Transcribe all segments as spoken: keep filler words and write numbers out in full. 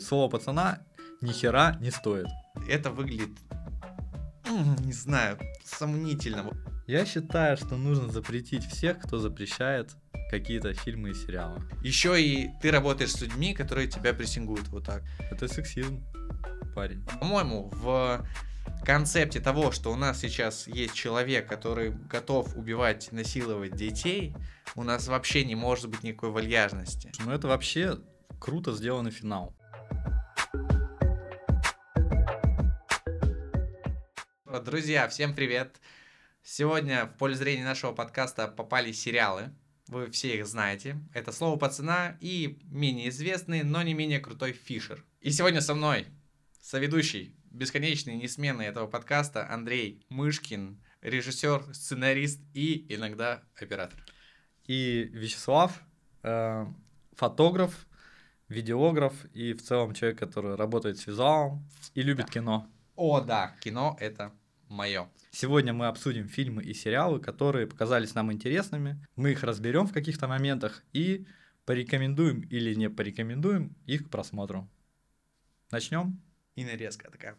Слово пацана ни хера не стоит. Это выглядит, м, не знаю, сомнительно. Я считаю, что нужно запретить всех, кто запрещает какие-то фильмы и сериалы. Еще и ты работаешь с людьми, которые тебя прессингуют вот так. Это сексизм, парень. По-моему, в концепте того, что у нас сейчас есть человек, который готов убивать, насиловать детей, у нас вообще не может быть никакой вальяжности. Ну это вообще круто сделанный финал. Друзья, всем привет! Сегодня в поле зрения нашего подкаста попали сериалы. Вы все их знаете. Это «Слово пацана» и менее известный, но не менее крутой «Фишер». И сегодня со мной соведущий, бесконечный, несменный этого подкаста Андрей Мышкин, режиссер, сценарист и иногда оператор. И Вячеслав, э, фотограф, видеограф и в целом человек, который работает с визуалом и любит Да. кино. О, да, кино — это мое. Сегодня мы обсудим фильмы и сериалы, которые показались нам интересными. Мы их разберем в каких-то моментах и порекомендуем или не порекомендуем их к просмотру. Начнем. И нарезка такая.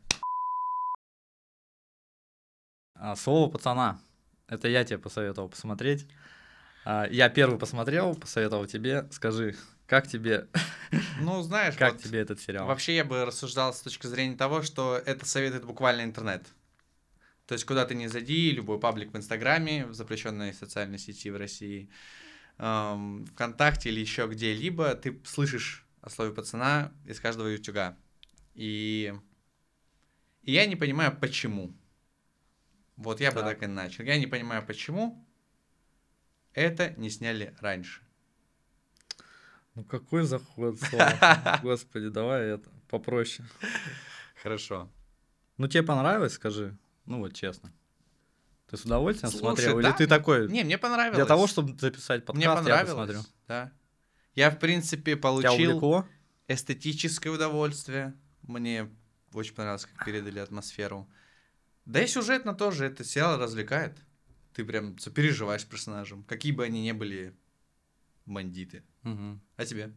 А, Слово пацана. Это я тебе посоветовал посмотреть. А, Я первый посмотрел, посоветовал тебе. Скажи, как тебе, Ну, знаешь, как вот тебе этот сериал? вообще я бы рассуждал с точки зрения того, что это советует буквально интернет. То есть, куда ты ни зайди, любой паблик в Инстаграме, в запрещенной социальной сети в России, эм, ВКонтакте или еще где-либо, ты слышишь о слове пацана из каждого ютюга. И, и я не понимаю, почему. Вот я бы Так. так и начал. Я не понимаю, почему это не сняли раньше. Ну какой заход, Слава? Господи, давай это попроще. Хорошо. Ну тебе понравилось, скажи? Ну вот честно. Ты с удовольствием Слушай, смотрел? да, Или ты такой, Не, мне понравилось. для того, чтобы записать Мне подкаст, я понравилось, посмотрю? да. Я, в принципе, Тебя получил увлекло? эстетическое удовольствие. Мне очень понравилось, как передали атмосферу. Да и сюжетно тоже этот сериал развлекает. Ты прям сопереживаешь персонажам, какие бы они ни были бандиты. Мгм. А тебе?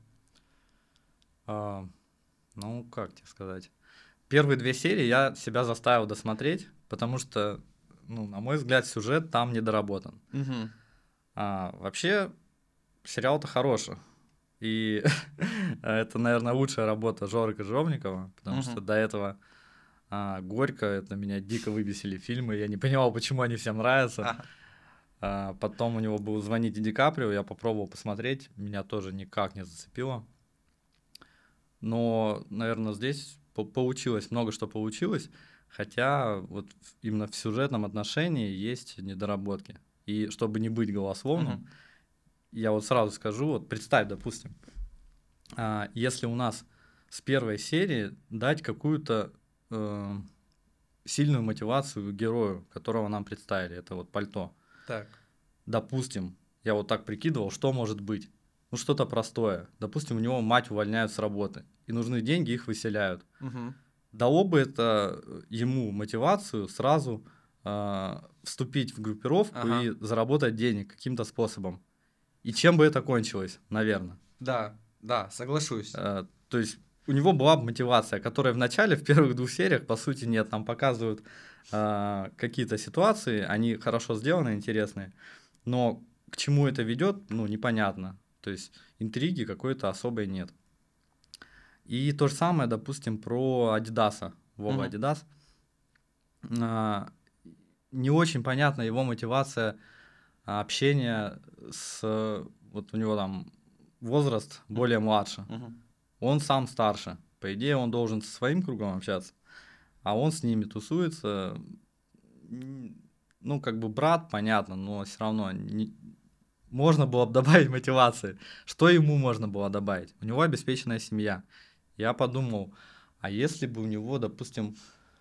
А, ну, как тебе сказать? Первые две серии я себя заставил досмотреть, потому что, ну, на мой взгляд, сюжет там недоработан. Угу. А, вообще, сериал-то хороший. И это, наверное, лучшая работа Жоры Крыжовникова, потому Мгм. что до этого а, Горько, это меня дико выбесили фильмы, я не понимал, почему они всем нравятся. Ага. А, потом у него был «Звоните Ди Каприо», я попробовал посмотреть, меня тоже никак не зацепило. Но, наверное, здесь по- получилось, много что получилось, хотя вот в- именно в сюжетном отношении есть недоработки. И чтобы не быть голословным, Мгм. я вот сразу скажу, вот представь, допустим, а, если у нас с первой серии дать какую-то э, сильную мотивацию герою, которого нам представили, это вот Пальто. Так. Допустим, я вот так прикидывал, что может быть. Ну, что-то простое. Допустим, у него мать увольняют с работы, и нужны деньги, их выселяют. Угу. Дало бы это ему мотивацию сразу э, вступить в группировку Ага. и заработать денег каким-то способом. И чем бы это кончилось, наверное. Да, да, соглашусь. Э, то есть у него была бы мотивация, которая в начале, в первых двух сериях, по сути, нет. Там показывают э, какие-то ситуации, они хорошо сделаны, интересные, но к чему это ведет, ну, непонятно. То есть интриги какой-то особой нет. И то же самое, допустим, про Адидаса. Вова Мгм. Адидас. А, Не очень понятна его мотивация а, общения с... Вот у него там возраст более младше. Мгм. Он сам старше. По идее, он должен со своим кругом общаться, а он с ними тусуется. М, Ну, как бы брат, понятно, но все равно не- можно было бы добавить мотивации. Что ему можно было добавить? У него обеспеченная семья. Я подумал, а если бы у него, допустим,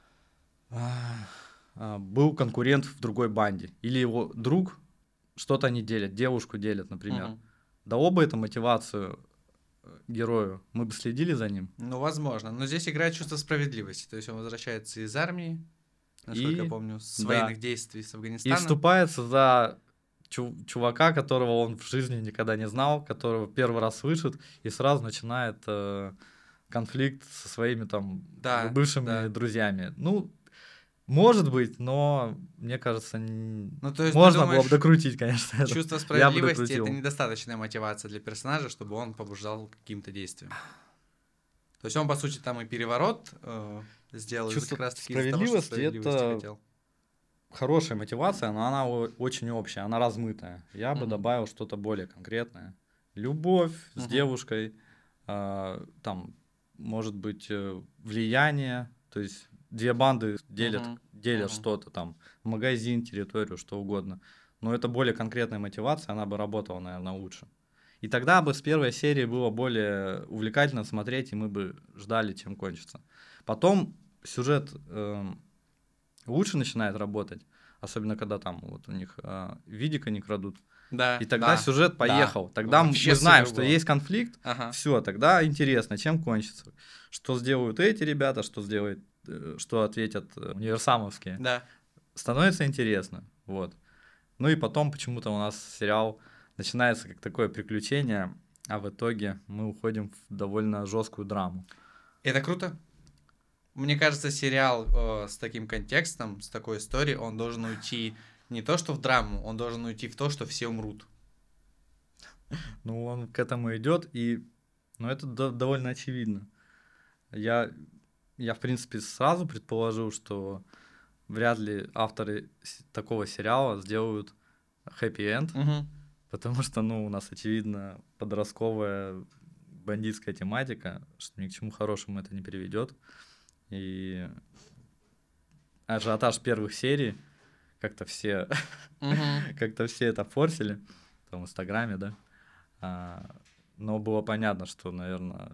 а, а, был конкурент в другой банде, или его друг, что-то они делят, девушку делят, например, Мгм. дало бы это мотивацию э, герою, мы бы следили за ним. Ну, возможно. Но здесь играет чувство справедливости. То есть он возвращается из армии, насколько И, я помню, с да, военных действий с и Афганистаном. вступается за чу- чувака, которого он в жизни никогда не знал, которого первый раз слышит, и сразу начинает э, конфликт со своими там Да, бывшими да. друзьями. Ну, может быть, но мне кажется, н- Ну, то есть ты можно было бы думаешь, докрутить, конечно, это. чувство Я бы справедливости — это докрутил. недостаточная мотивация для персонажа, чтобы он побуждал к каким-то действиям. То есть он, по сути, там и переворот э, сделал из-за как Чувство раз-таки из-за того, что справедливости — справедливости это хотел. хорошая мотивация, но она о- очень общая, она размытая. Я бы Мгм. добавил что-то более конкретное. Любовь с Мгм. девушкой, а, там, может быть, э, влияние, то есть две банды делят, Мгм. делят Мгм. что-то там, магазин, территорию, что угодно. Но это более конкретная мотивация, она бы работала, наверное, лучше. И тогда бы с первой серии было более увлекательно смотреть, и мы бы ждали, чем кончится. Потом сюжет эм, лучше начинает работать, особенно когда там вот у них а, видик они крадут. Да, И тогда да, сюжет да. поехал. Тогда м- Вообще мы знаем, супер что было. есть конфликт, Ага. все, тогда интересно, чем кончится. Что сделают эти ребята, что сделают, э, что ответят э, универсамовские. Да. Становится интересно, вот. Ну и потом почему-то у нас сериал начинается как такое приключение, а в итоге мы уходим в довольно жесткую драму. Это круто. Мне кажется, сериал э, с таким контекстом, с такой историей, он должен уйти не то, что в драму, он должен уйти в то, что все умрут. Ну, он к этому идет, и ну, это до- довольно очевидно. Я, я, в принципе, сразу предположил, что вряд ли авторы с- такого сериала сделают хэппи-энд, Мгм. потому что, ну, у нас, очевидно, подростковая бандитская тематика, что ни к чему хорошему это не приведет. И ажиотаж первых серий, как-то все, Мгм. как-то все это форсили, там, в Инстаграме, да. А, но было понятно, что, наверное,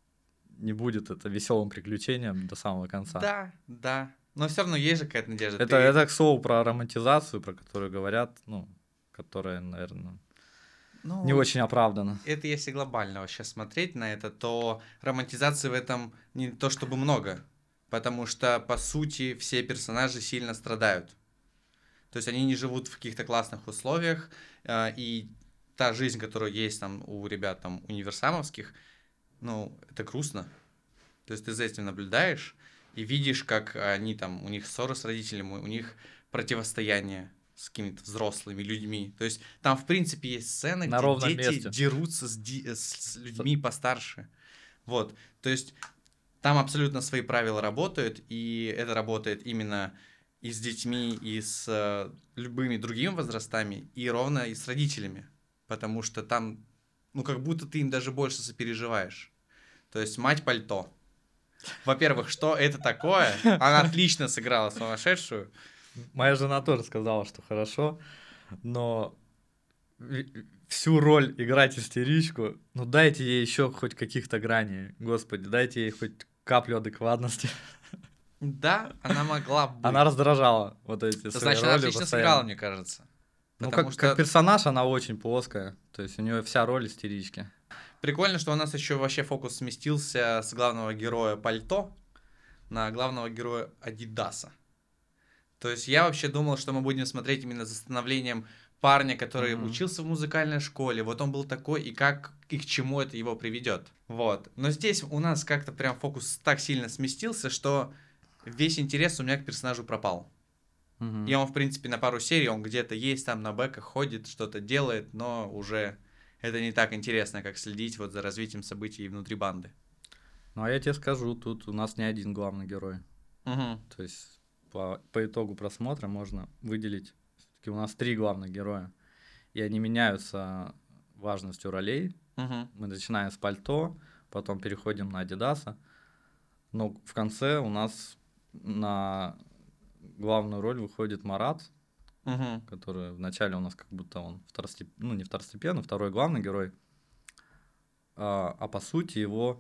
не будет это веселым приключением до самого конца. Да, да. Но все равно есть же какая-то надежда. Это, Ты... это к слову про романтизацию, про которую говорят, ну, которая, наверное, не Ну, очень оправдана. это если глобально вообще смотреть на это, то романтизации в этом не то чтобы много. Потому что, по сути, все персонажи сильно страдают. То есть они не живут в каких-то классных условиях, э, и та жизнь, которая есть там у ребят там универсамовских, ну, это грустно. То есть ты за этим наблюдаешь и видишь, как они там, у них ссоры с родителями, у них противостояние с какими-то взрослыми людьми. То есть там, в принципе, есть сцены, На где ровном дети месте. дерутся с, ди- с С- людьми постарше. Вот. То есть там абсолютно свои правила работают, и это работает именно и с детьми, и с э, любыми другими возрастами, и ровно и с родителями. Потому что там, ну, как будто ты им даже больше сопереживаешь. То есть мать пальто. Во-первых, что это такое? Она отлично сыграла сумасшедшую. Моя жена тоже сказала, что хорошо, но ви- всю роль играть истеричку, ну дайте ей еще хоть каких-то граней, господи, дайте ей хоть каплю адекватности. Да, она могла Она быть. раздражала вот эти свои Значит, она роли отлично сыграла, постоянно. мне кажется. Ну, Потому как, как что персонаж она очень плоская, то есть у нее вся роль истерички. прикольно, что у нас еще вообще фокус сместился с главного героя пальто на главного героя Адидаса. То есть я вообще думал, что мы будем смотреть именно за становлением парня, который Мгм. учился в музыкальной школе, вот он был такой, и как и к чему это его приведет. Вот. Но здесь у нас как-то прям фокус так сильно сместился, что весь интерес у меня к персонажу пропал. И Мгм. он, в принципе, на пару серий, он где-то есть там на бэках, ходит, что-то делает, но уже это не так интересно, как следить вот за развитием событий внутри банды. Ну, а я тебе скажу, тут у нас не один главный герой. Угу. То есть по, по итогу просмотра можно выделить, все-таки у нас три главных героя, и они меняются важностью ролей. Угу. Мы начинаем с пальто, потом переходим на Адидаса, но в конце у нас на главную роль выходит Марат, Угу. который вначале у нас как будто он второстеп... ну не второстепенный, второй главный герой, а, а по сути его,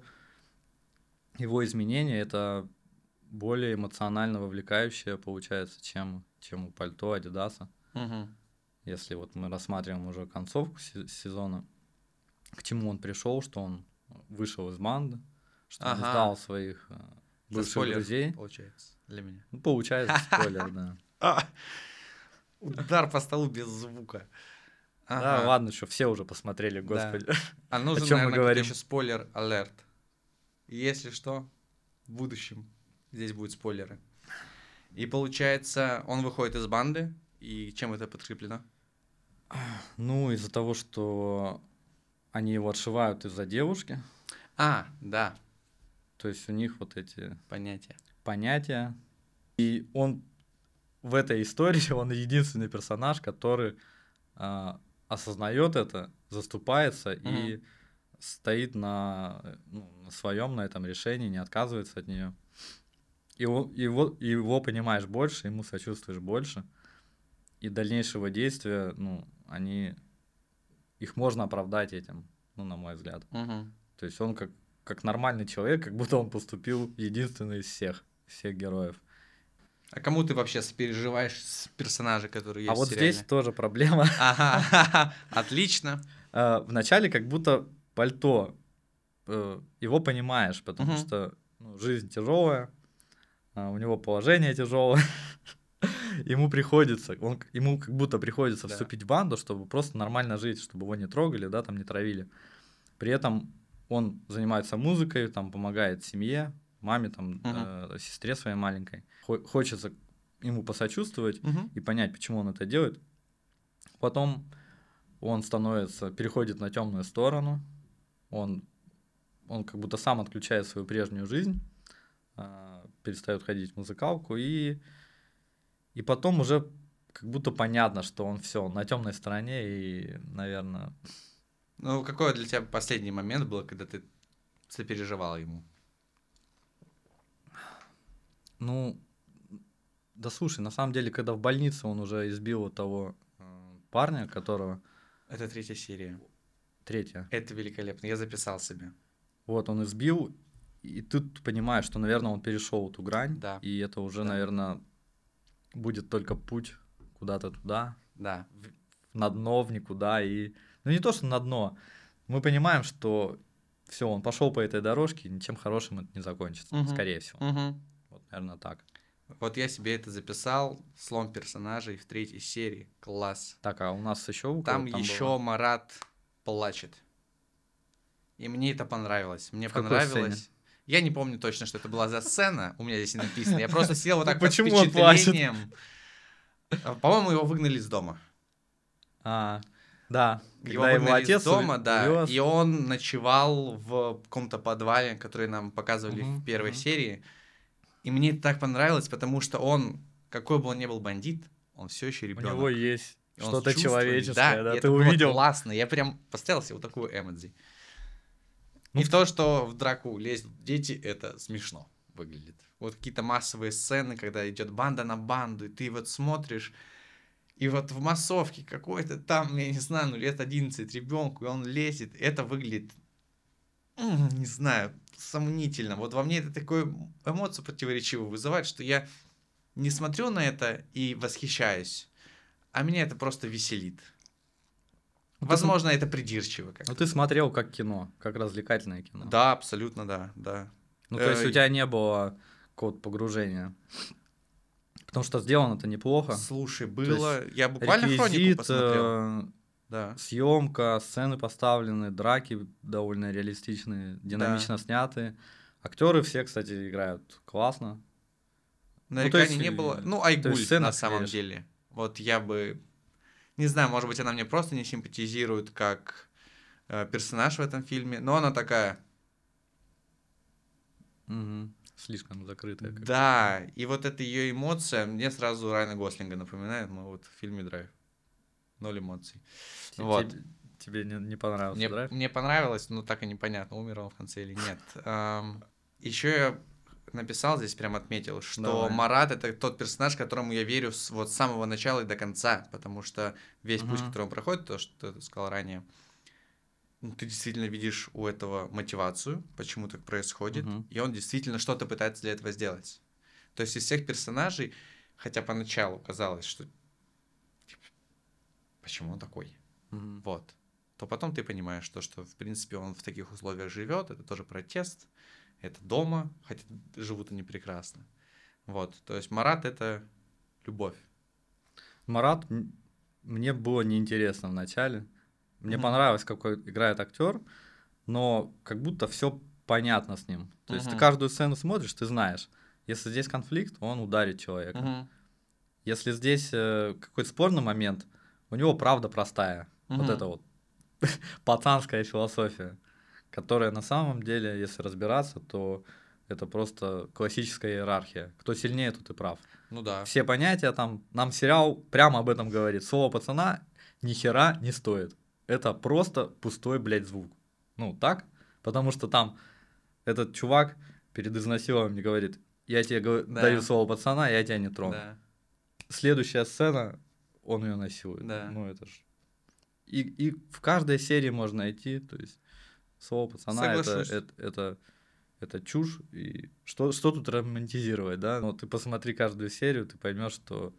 его изменения это более эмоционально вовлекающее получается, чем, чем у пальто Адидаса. Угу. Если вот мы рассматриваем уже концовку се- сезона, к чему он пришел, что он вышел из банды, что он Ага. сдал своих э, Это бывших спойлер, друзей. получается, для меня. Ну, получается спойлер, да. А, удар по столу без звука. Да, Ага, ладно, что все уже посмотрели, да. господи. А О нужен, чем мы наверное, какой-то говорим? еще спойлер-алерт. Если что, в будущем здесь будут спойлеры. И получается, он выходит из банды, и чем это подкреплено? Ну, из-за того, что они его отшивают из-за девушки, А, да, то есть у них вот эти понятие. понятия. И он в этой истории, он единственный персонаж, который а, осознает это, заступается и Мгм. стоит на, ну, на своем, на этом решении, не отказывается от нее. Его, его, его понимаешь больше, ему сочувствуешь больше. И дальнейшего действия, ну, они, их можно оправдать этим, ну, на мой взгляд. Мгм. То есть он как, как нормальный человек, как будто он поступил единственный из всех, всех героев. А кому ты вообще сопереживаешь с персонажей, которые А есть вот в здесь сериале? тоже проблема. Ага, отлично. А, Вначале как будто пальто, э, его понимаешь, потому Мгм. что ну, жизнь тяжелая, у него положение тяжелое, ему приходится, он, к- ему как будто приходится Да. вступить в банду, чтобы просто нормально жить, чтобы его не трогали, да, там не травили. При этом он занимается музыкой, там помогает семье, маме, там, Мгм. э, сестре своей маленькой. Хо- Хочется ему посочувствовать Мгм. и понять, почему он это делает. Потом он становится, переходит на темную сторону, он, он как будто сам отключает свою прежнюю жизнь, а, перестает ходить в музыкалку, и, и потом уже как будто понятно, что он все на темной стороне, и, наверное, Ну, какой для тебя последний момент был, когда ты сопереживал ему? ну, да слушай, на самом деле, когда в больнице он уже избил вот того э, парня, которого Это третья серия. третья, Это великолепно. Я записал себе. вот он избил, и ты понимаешь, что, наверное, он перешел эту грань, Да, и это уже, да, наверное, будет только путь куда-то туда, да. в- на дно, в никуда, и, ну не то, что на дно, мы понимаем, что все, он пошел по этой дорожке, и ничем хорошим это не закончится, Мгм. скорее всего, Мгм. вот, наверное, так. Вот я себе это записал. Слом персонажей в третьей серии. Класс. Так, а у нас еще у Там кого-то там было? еще Марат плачет. И мне это понравилось. Мне В какой сцене? понравилось. Я не помню точно, что это была за сцена. У меня здесь и написано. Я просто сел вот Ну так под почему он плачет? впечатлением. А, По-моему, его выгнали из дома. А, да, Его когда его выгнали из отец дома, да, и увез. он ночевал в каком-то подвале, который нам показывали в Мгм, первой мгм. серии. И мне это так понравилось, потому что он, какой бы он ни был бандит, он все еще У него ребенок. есть И он с что-то чувствами, да, человеческое, и да, ты это было увидел. классно. Я прям поставил себе вот такую эмодзи. Ну, И в- то, что в драку лезть дети, это смешно выглядит. Вот какие-то массовые сцены, когда идет банда на банду, и ты вот смотришь, и вот в массовке какой-то там, я не знаю, ну лет одиннадцать ребенку, и он лезет, это выглядит, м, не знаю, сомнительно. Вот во мне это такую эмоцию противоречивую вызывает, что я не смотрю на это и восхищаюсь, а меня это просто веселит. ну, ты, см- Возможно, это придирчиво ну, как-то. ты смотрел как кино, как развлекательное кино. Да, абсолютно, да, да. Ну, то есть у Э, тебя не было какого-то погружения. Потому что сделано это неплохо. Слушай, То есть было... Я буквально хронику реквизит, посмотрел. э, Да, съемка, сцены поставлены, драки довольно реалистичные, да. динамично сняты. Актеры все, кстати, играют классно. Ну, то есть, Нареканий не было. э, Ну, то есть в Айгуль на сценах самом веришь. деле. Вот я бы... Не знаю, может быть, она мне просто не симпатизирует как э, персонаж в этом фильме, но она такая... Мгм. Слишком закрытая какая-то, да. Да, и вот эта ее эмоция мне сразу Райана Гослинга напоминает, мы вот в фильме «Драйв». Ноль эмоций. Те- Вот. Тебе, тебе не, не понравился Мне, драйв? мне понравилось, но так и непонятно, умер он в конце или нет. Еще я написал здесь, прям отметил, что Давай. Марат — это тот персонаж, которому я верю с, вот с самого начала и до конца, потому что весь путь, Мгм. который он проходит, то, что ты сказал ранее, ну, ты действительно видишь у этого мотивацию, почему так происходит, Мгм. и он действительно что-то пытается для этого сделать. То есть из всех персонажей, хотя поначалу казалось, что типа, почему он такой? Мгм. Вот. То потом ты понимаешь, то, что, в принципе, он в таких условиях живет, это тоже протест, это дома, хотя живут они прекрасно. Вот, то есть Марат — это любовь. Марат м- мне было неинтересно в начале. Мне Мгм. понравилось, какой играет актер, но как будто все понятно с ним. То есть ты Мгм. каждую сцену смотришь, ты знаешь, если здесь конфликт, он ударит человека. Мгм. Если здесь э, какой-то спорный момент, у него правда простая. Вот Мгм. это вот пацанская философия, которая на самом деле, если разбираться, то это просто классическая иерархия. Кто сильнее, тот и прав. Ну да. Все понятия там, нам сериал прямо об этом говорит. Слово пацана ни хера не стоит. Это просто пустой, блядь, звук. Ну, так? Потому что там этот чувак перед изнасилованием говорит, я тебе гов- Да. даю слово пацана, я тебя не трону. Да. Следующая сцена, он ее насилует. Да. Ну, это ж... И, и в каждой серии можно найти, то есть слово пацана это, Соглашусь. это, это, это чушь. И что, что тут романтизировать, да? Ну, ты посмотри каждую серию, ты поймешь, что,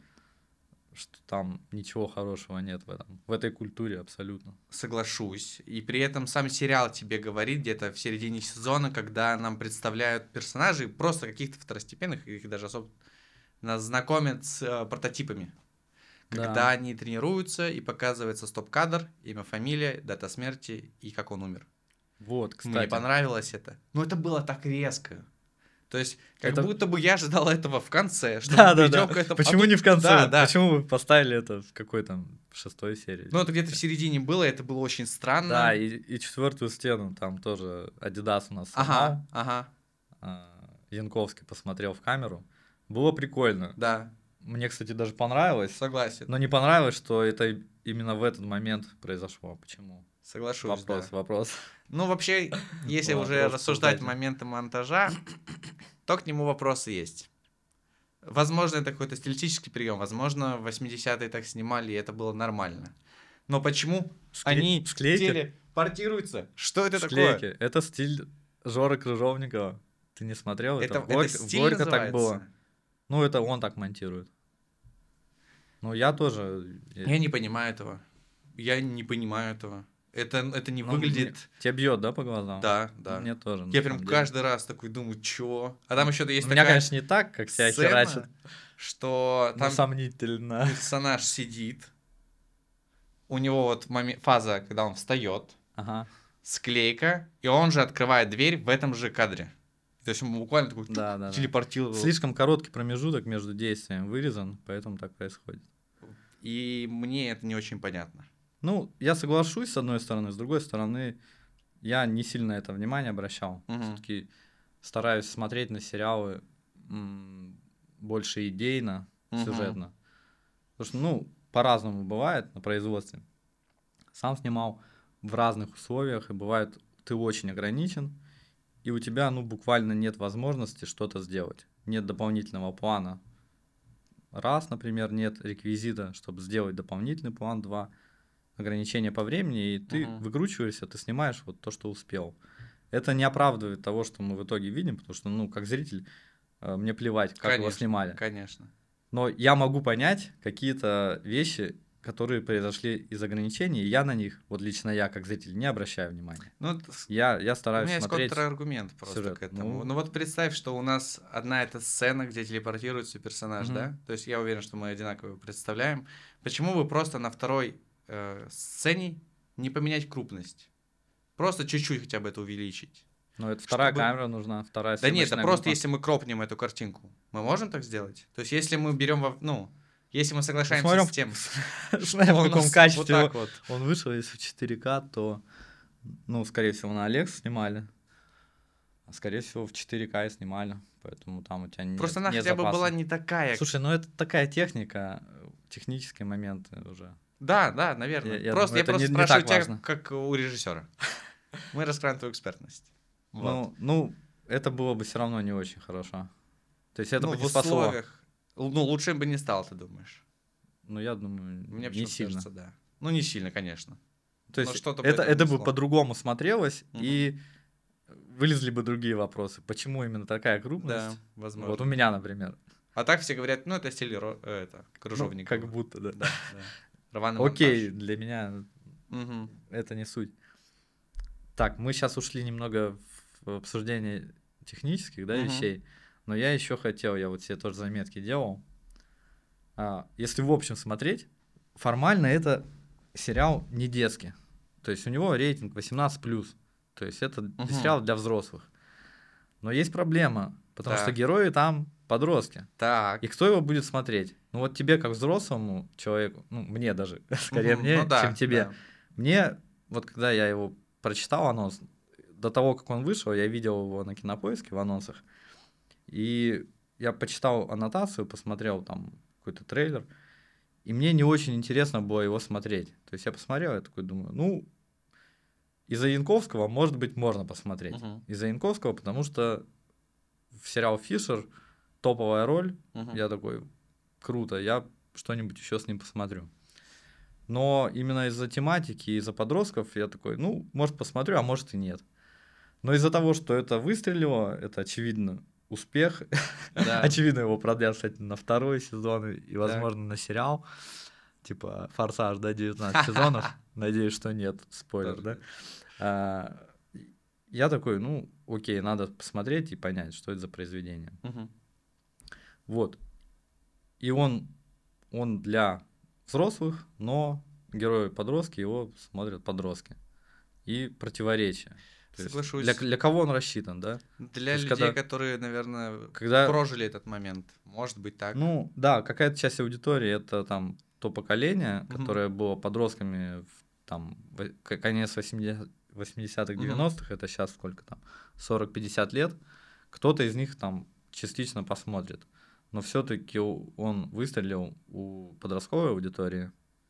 что там ничего хорошего нет в этом. В этой культуре абсолютно. Соглашусь. И при этом сам сериал тебе говорит где-то в середине сезона, когда нам представляют персонажей, просто каких-то второстепенных, их даже особо нас знакомят с э, прототипами. Когда Да. они тренируются, и показывается стоп-кадр, имя, фамилия, дата смерти и как он умер. Вот, Мне кстати. понравилось это. Но это было так резко. То есть, как Это- будто бы я ожидал этого в конце, что Да, мы да, придем да. к этому. А Почему тут- не в конце? Да, да. Почему вы поставили это в какой там в шестой серии? Ну, это где-то в середине было, это было очень странно. Да, и, и четвертую стену там тоже Adidas у нас сломал. Ага, ага, А, Янковский посмотрел в камеру. Было прикольно. да, Мне, кстати, даже понравилось. согласен. Но не понравилось, что это именно в этот момент произошло. Почему? Соглашусь, Вопрос, да. вопрос. Ну, вообще, если Вопрос уже рассуждать создателя. моменты монтажа, то к нему вопросы есть. Возможно, это какой-то стилистический прием. Возможно, в восьмидесятые так снимали, и это было нормально. Но почему Скле- они склейки? телепортируются? Что это такое? Склейки. Это стиль Жоры Крыжовникова. Ты не смотрел? Это, в это Горько, в стиль Горько называется? так было. Ну, это он так монтирует. Ну, я тоже... Я не понимаю этого. Я не понимаю этого. Это, это не Ну, выглядит... мне- Тебя бьет, да, по глазам? Да, да. Мне тоже. на Я прям самом деле. каждый раз такой думаю, чё? А там еще есть У меня, такая конечно, не так, как тебя сцена, херачат. что Но там сомнительно. персонаж сидит, у него вот моме- фаза, когда он встает, Ага. склейка, и он же открывает дверь в этом же кадре. То есть он буквально такой тук, Да, да, да. телепортировал. Слишком короткий промежуток между действием вырезан, поэтому так происходит. И мне это не очень понятно. Ну, я соглашусь с одной стороны, с другой стороны, я не сильно на это внимание обращал. Мгм. Все-таки стараюсь смотреть на сериалы м, больше идейно, Мгм. сюжетно. Потому что, ну, по-разному бывает на производстве. Сам снимал в разных условиях, и бывает, ты очень ограничен, и у тебя, ну, буквально нет возможности что-то сделать. Нет дополнительного плана. Раз, например, нет реквизита, чтобы сделать дополнительный план. Два, ограничения по времени, и ты Мгм. выкручиваешься, ты снимаешь вот то, что успел. Это не оправдывает того, что мы в итоге видим, потому что, ну, как зритель, э, мне плевать, как его Конечно, снимали. Конечно. Но я могу понять какие-то вещи, которые произошли из ограничений, и я на них, вот лично я, как зритель, не обращаю внимания. Ну, т- с- Я, я у стараюсь меня есть смотреть... контраргумент просто сюжет. к этому. Ну. Ну, вот представь, что у нас одна эта сцена, где телепортируется персонаж, Мгм. да? То есть я уверен, что мы одинаково представляем. Почему бы просто на второй э, сцене не поменять крупность? Просто чуть-чуть хотя бы это увеличить. Но это вторая чтобы- камера нужна, вторая Да нет, это съемочная просто группа. если мы кропнем эту картинку. Мы можем так сделать? То есть если мы берем, во- ну, если мы соглашаемся Смотрим, с тем, смотрим, в у каком нас качестве вот так вот. он вышел, если в четыре ка, то, ну, скорее всего, на Алекс снимали, а скорее всего, в четыре ка и снимали, поэтому там у тебя нет, Просто она нет хотя бы запаса. была не такая. Слушай, ну это такая техника, э, технические моменты уже. Да, да, наверное. Я- я просто думаю, я это просто не- не спрашиваю так тебя, важно. как у режиссера. Мы раскроем твою экспертность. Вот. Ну, ну, это было бы все равно не очень хорошо. То есть это Ну, бы в не спасло. условиях. л- Ну, лучше бы не стал, ты думаешь? Ну, я думаю, Мне не почему-то сильно. кажется, да. Ну, не сильно, конечно. То но есть что-то бы это, это это бы внесло. по-другому смотрелось, Мгм. и вылезли бы другие вопросы. Почему именно такая крупность? Да, возможно. Вот у меня, например. А так все говорят, ну, это стиль ро- э, это, Ну, Крыжовникова. как будто, да. Да, да. Рваный Окей, монтаж. для меня Мгм. это не суть. Так, мы сейчас ушли немного в обсуждение технических, да, Мгм. вещей, но я еще хотел, я вот себе тоже заметки делал. А, если в общем смотреть, формально это сериал не детский. То есть у него рейтинг восемнадцать плюс. То есть это Мгм. сериал для взрослых. Но есть проблема, потому что Так. герои там подростки. Так. И кто его будет смотреть? Ну вот тебе, как взрослому человеку, ну мне даже, скорее Мгм. мне, Ну чем да, тебе. да. Мне, вот когда я его прочитал анонс, до того, как он вышел, я видел его на Кинопоиске в анонсах, и я почитал аннотацию, посмотрел там какой-то трейлер, и мне не очень интересно было его смотреть. То есть я посмотрел, я такой думаю, ну, из-за Янковского, может быть, можно посмотреть. Мгм. Из-за Янковского, потому что в сериал «Фишер» топовая роль, Мгм. я такой, круто, я что-нибудь еще с ним посмотрю. Но именно из-за тематики, из-за подростков я такой, ну, может, посмотрю, а может и нет. Но из-за того, что это выстрелило, это, очевидно, успех. Да. Очевидно, его продлят, кстати, на второй сезон и, Так. возможно, на сериал. Типа «Форсаж», да, девятнадцать сезонов. Надеюсь, что нет. Спойлер, Тоже да? нет. А, Я такой, ну, окей, надо посмотреть и понять, что это за произведение. Мгм. Вот. И он, он для взрослых, но герои-подростки его смотрят подростки. И противоречия. То есть для, Соглашусь. для кого он рассчитан, да? То Для есть людей, когда, которые, наверное, когда, прожили этот момент. Может быть так. ну, да, какая-то часть аудитории это там то поколение, Мгм. которое было подростками в там во- к- конец восьмидесятых, Мгм. девяностых, это сейчас сколько там, сорок-пятьдесят лет, кто-то из них там частично посмотрит. Но все-таки он выстрелил у подростковой аудитории.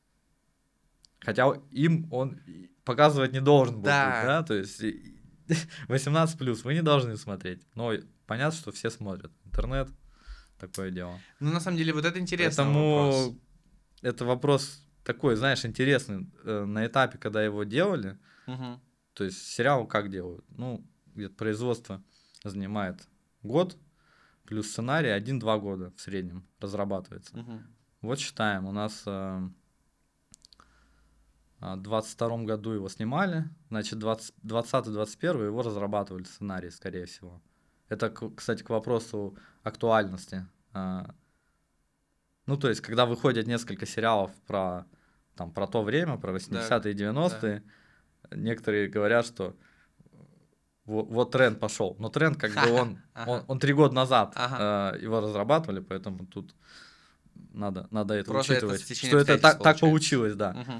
Хотя им он и показывать не должен был быть, Да. да, то есть и- восемнадцать плюс вы не должны смотреть. Но понятно, что все смотрят. Интернет, такое дело. Ну, на самом деле, вот это интересный вопрос. Поэтому это вопрос такой, знаешь, интересный. Э, На этапе, когда его делали, Мгм. то есть сериал как делают? Ну, где-то производство занимает год, плюс сценарий один-два года в среднем разрабатывается. Мгм. Вот считаем, у нас э, а, в двадцать втором году его снимали, значит, двадцатый-двадцать первый его разрабатывали сценарий, скорее всего. Это, к- кстати, к вопросу актуальности. А, Ну, то есть, когда выходят несколько сериалов про, там, про то время, про Да. восьмидесятые и Да. девяностые, некоторые говорят, что вот, вот тренд пошел. Но тренд, как бы, он, он, Ага. он три года назад Ага. э, его разрабатывали, поэтому тут надо, надо это Просто это учитывать, стечение что это обстоятельств так, так получается. получилось, да. Мгм.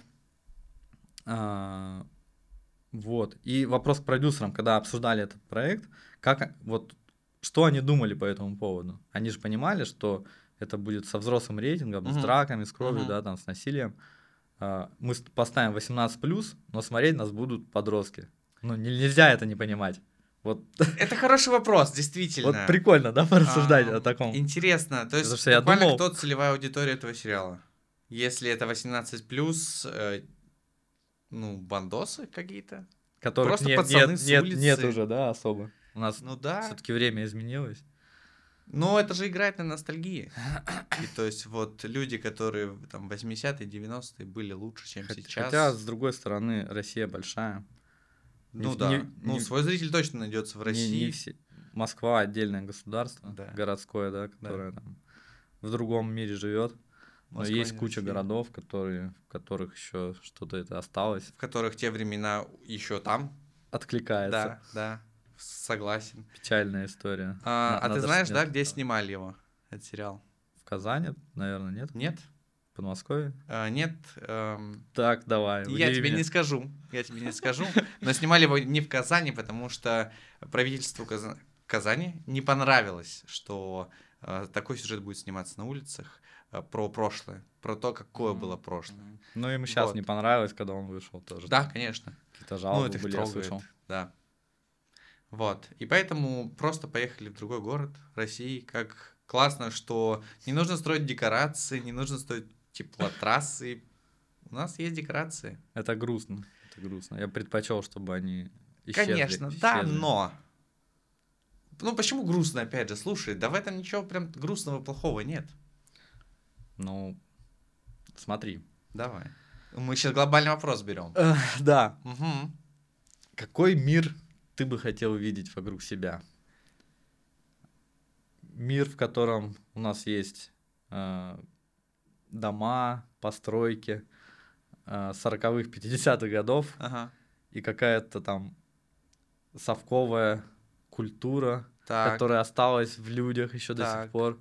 А, Вот. И вопрос к продюсерам, когда обсуждали этот проект, как вот что они думали по этому поводу? Они же понимали, что это будет со взрослым рейтингом, с Мгм. драками, с кровью, Мгм. да, там, с насилием. А, Мы с- поставим восемнадцать плюс, но смотреть нас будут подростки. Ну, не- нельзя это не понимать. Вот, Это хороший вопрос, вот действительно. прикольно, да, порассуждать о Ам, таком. Интересно. То Потому есть, что я буквально думал, кто целевая аудитория этого сериала? Если это восемнадцать плюс, э, ну, бандосы какие-то? которых Просто нет, пацаны нет, с нет, нет улицы. уже, да, особо. У нас Ну да. все-таки время изменилось. Но это же играет на ностальгии. И то есть вот люди, которые в там восьмидесятые, девяностые были лучше, чем Хот- Хотя, сейчас. с другой стороны, Россия большая. Не, Ну в- не, да. Ну, не, свой зритель точно найдется в не, не России. все. Москва отдельное государство, Да, городское, да, да. которое там в другом мире живет. Но Москва есть не куча Россия. городов, которые, в которых еще что-то это осталось, В которых те времена еще там. откликается. Да, да. Согласен. Печальная история. А, На- а ты надо ж знаешь, да, снять где снимали его, этот сериал? в Казани, наверное, нет? Нет? В Подмосковье? А, нет. эм, Так, давай, Я удиви тебе меня. не скажу. Я тебе не скажу. Но снимали его не в Казани, потому что правительству Каза- Казани не понравилось, что э, такой сюжет будет сниматься на улицах э, про прошлое, про то, какое было Мгм, прошлое. мгм. Ну, им сейчас не Вот. понравилось, когда он вышел тоже. Да, Там конечно. какие-то Ну, жалобы это их были, я трогает. слышал. Да. Вот. И поэтому просто поехали в другой город России. Как классно, что не нужно строить декорации, не нужно строить теплотрассы. У нас есть декорации. Это грустно, это грустно. Я предпочел, чтобы они исчезли, Конечно, да, исчезли. но... Ну, почему грустно, опять же? Слушай, да в этом ничего прям грустного, плохого нет. Ну, смотри. Давай. Мы сейчас глобальный вопрос берем. Э, Да. Угу. Какой мир ты бы хотел видеть вокруг себя? Мир, в котором у нас есть э, дома, постройки э, сороковых, пятидесятых годов Ага. и какая-то там совковая культура, Так, которая осталась в людях еще до сих так. пор,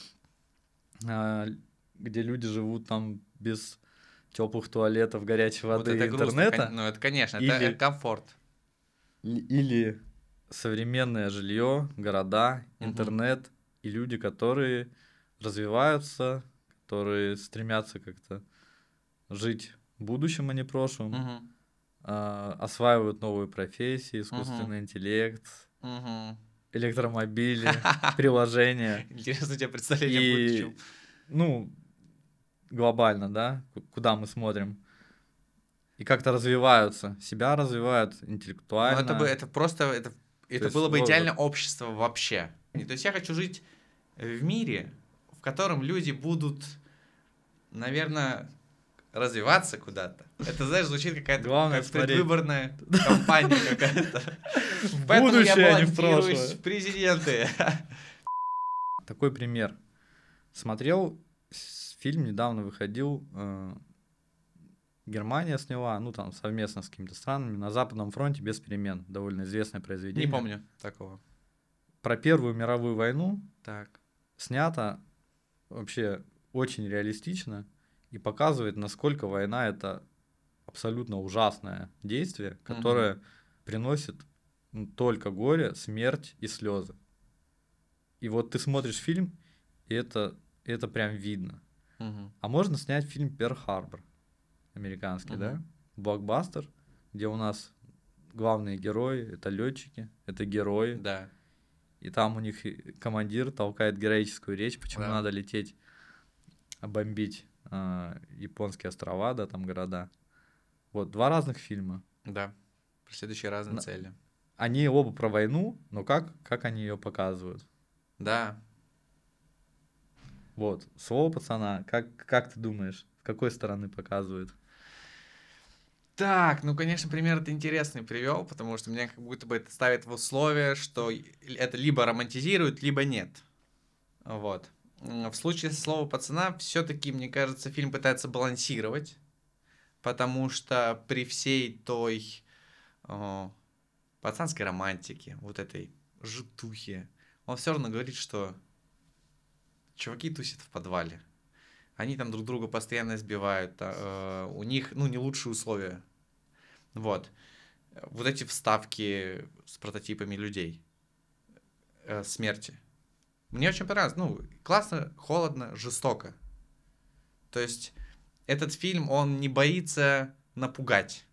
а, где люди живут там без теплых туалетов, горячей Вот воды это и грустно. кон- интернета, Ну, это, конечно, это, это или, комфорт. и- или современное жилье, города, Мгм. интернет и люди, которые развиваются, которые стремятся как-то жить будущим, а не прошлым, Мгм. а, осваивают новые профессии, Мгм. искусственный интеллект, Мгм. электромобили, приложения. Интересно у тебя представление о будущем. И, ну, глобально, да, ку- куда мы смотрим. И как-то развиваются, себя развивают Но это бы, интеллектуально. это просто, это, То это есть, было бы вот, вот, идеальное общество вообще. И то есть я хочу жить в мире, в котором люди будут, наверное, развиваться куда-то. Это, знаешь, звучит какая-то главное как смотреть предвыборная кампания какая-то. в Поэтому я будущее, а не в баллотируюсь прошлое. в президенты. Такой пример. Смотрел с- фильм, недавно выходил, э, Германия сняла, ну там совместно с какими-то странами, «На Западном фронте без перемен». Довольно известное Не произведение. помню такого. Про Первую мировую войну Так. снято вообще очень реалистично и показывает, насколько война — это абсолютно ужасное действие, Мгм. которое приносит, ну, только горе, смерть и слезы. И вот ты смотришь фильм, и это, это прям видно. Мгм. А можно снять фильм «Перл-Харбор», американский, да? Мгм. Блокбастер, где у нас главные герои — это летчики, это герои, Да. и там у них и командир толкает героическую речь, почему Да. надо лететь, а, бомбить а, японские острова, да, там города. Вот, два разных фильма. Да. Преследующие разные На- цели. Они оба про войну, но как, как они ее показывают? Да. Вот, слово пацана, как, как ты думаешь, с какой стороны показывают? Так, ну, конечно, пример ты интересный привел, потому что меня как будто бы это ставит в условие, что и- это либо романтизирует, либо нет. Вот. М, В случае слова пацана, все-таки, мне кажется, фильм пытается балансировать, потому что при всей той о, пацанской романтике, вот этой житухе, он все равно говорит, что чуваки тусят в подвале. Они там друг друга постоянно избивают, а, э, у них, ну, не лучшие условия. Вот. Вот эти вставки с прототипами людей, э, смерти. Мне очень понравилось. Ну, классно, холодно, жестоко. То есть этот фильм, он не боится напугать.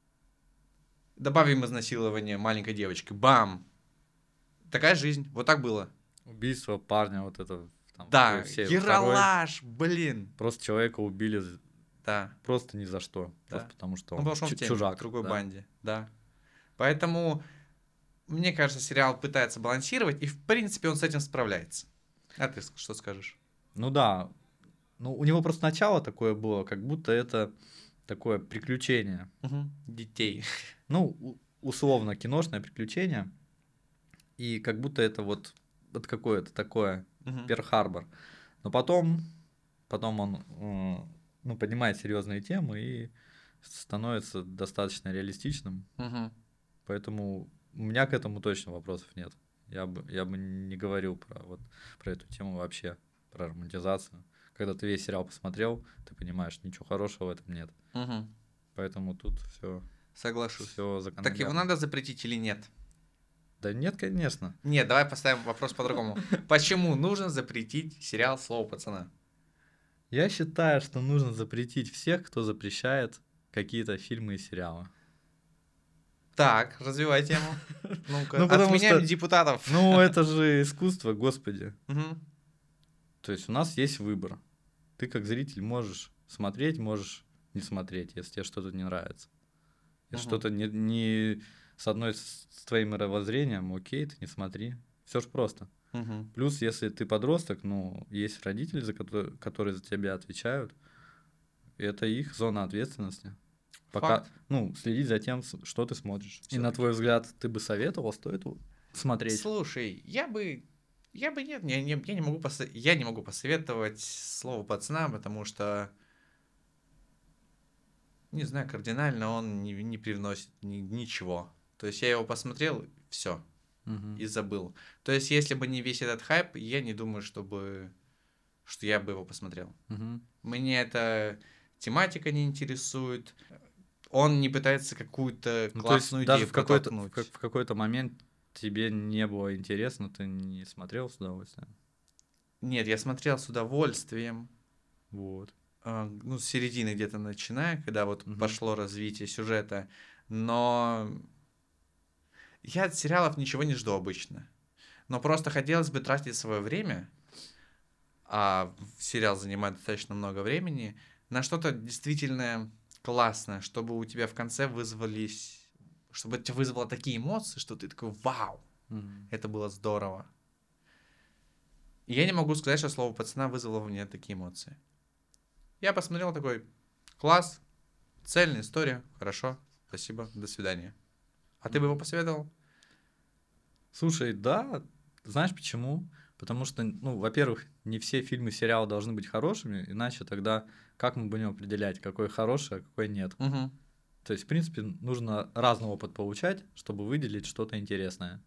Добавим изнасилование маленькой девочки. Бам! Такая жизнь. Вот так было. Убийство парня, вот это, там, Да, все, второй, Ералаш, блин. просто человека убили з- Да, просто ни за что, просто да. потому что Ну, он потому что он в чу- теме, в чужак, другой да. банде. Да. Поэтому, мне кажется, сериал пытается балансировать, и, в принципе, он с этим справляется. А ты что скажешь? Ну да, ну у него просто начало такое было, как будто это такое приключение. Мгм. Детей. Ну, у- условно, киношное приключение, и как будто это вот, вот какое-то такое Мгм. Перл-Харбор. Но потом, потом он, э, ну, поднимает серьезные темы и становится достаточно реалистичным. Мгм. Поэтому у меня к этому точно вопросов нет. Я бы, я бы не говорил про, вот, про эту тему вообще, про романтизацию. Когда ты весь сериал посмотрел, ты понимаешь, ничего хорошего в этом нет. Мгм. Поэтому тут все, Соглашусь. все Так его закономерно. надо запретить или нет? Да нет, конечно. Нет, давай поставим вопрос по-другому. Почему нужно запретить сериал «Слово пацана»? Я считаю, что нужно запретить всех, кто запрещает какие-то фильмы и сериалы. Так, развивай тему. Ну-ка, Ну, потому отменяем что, депутатов. ну, это же искусство, господи. Мгм. То есть у нас есть выбор. Ты как зритель можешь смотреть, можешь не смотреть, если тебе что-то не нравится. Если Мгм. что-то не, не с одной с, с твоим мировоззрением, окей, ты не смотри. Все ж просто. Мгм. Плюс, если ты подросток, ну, есть родители, за которые, которые за тебя отвечают, и это их зона ответственности. Пока, Факт. ну, следить за тем, с- что ты смотришь. И на Всё-таки. твой взгляд, ты бы советовал, стоит у- смотреть? Слушай, я бы... Я бы нет, я не, я не могу посо- я не могу посоветовать «Слово пацана», потому что, не знаю, кардинально он не, не привносит ни- ничего. То есть я его посмотрел, все. Мгм. и забыл. То есть, если бы не весь этот хайп, я не думаю, чтобы, что я бы его посмотрел. Мгм. Мне эта тематика не интересует. Он не пытается какую-то Ну, то есть классную даже идею в какой-то, в, как- протолкнуть. в какой-то момент тебе не было интересно, ты не смотрел с удовольствием. Нет, я смотрел с удовольствием. Вот. а, Ну, с середины где-то начиная, когда вот Мгм. пошло развитие сюжета. Но я от сериалов ничего не жду обычно. Но просто хотелось бы тратить свое время, а сериал занимает достаточно много времени, на что-то действительно классное, чтобы у тебя в конце вызвались, чтобы это вызвало такие эмоции, что ты такой: вау, Мгм. это было здорово. И я не могу сказать, что слово пацана вызвало в мне такие эмоции. Я посмотрел такой: класс, цельная история, хорошо, спасибо, до свидания. А ты бы его Мгм. посоветовал? Слушай, да, знаешь почему? Потому что, ну, во-первых, не все фильмы, сериалы должны быть хорошими, иначе тогда как мы будем определять, какой хороший, а какой нет? Угу. То есть, в принципе, нужно разный опыт получать, чтобы выделить что-то интересное.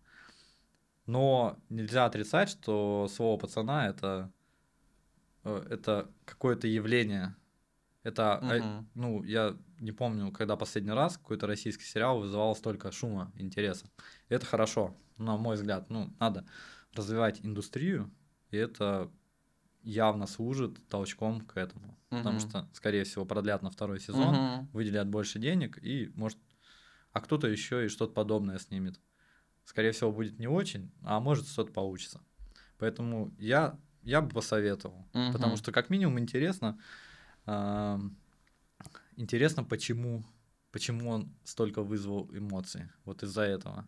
Но нельзя отрицать, что слово пацана это, э, это какое-то явление. Это, а, Угу. ну, я не помню, когда последний раз какой-то российский сериал вызывал столько шума, интереса. Это хорошо, на мой взгляд. Ну, надо развивать индустрию, и это явно служит толчком к этому. Потому Угу. что, скорее всего, продлят на второй сезон, Угу. выделят больше денег, и, может, а кто-то еще и что-то подобное снимет. Скорее всего, будет не очень, а может, что-то получится. Поэтому я, я бы посоветовал. Потому Угу. что, как минимум, интересно, а, интересно, почему, почему он столько вызвал эмоций. Вот из-за этого.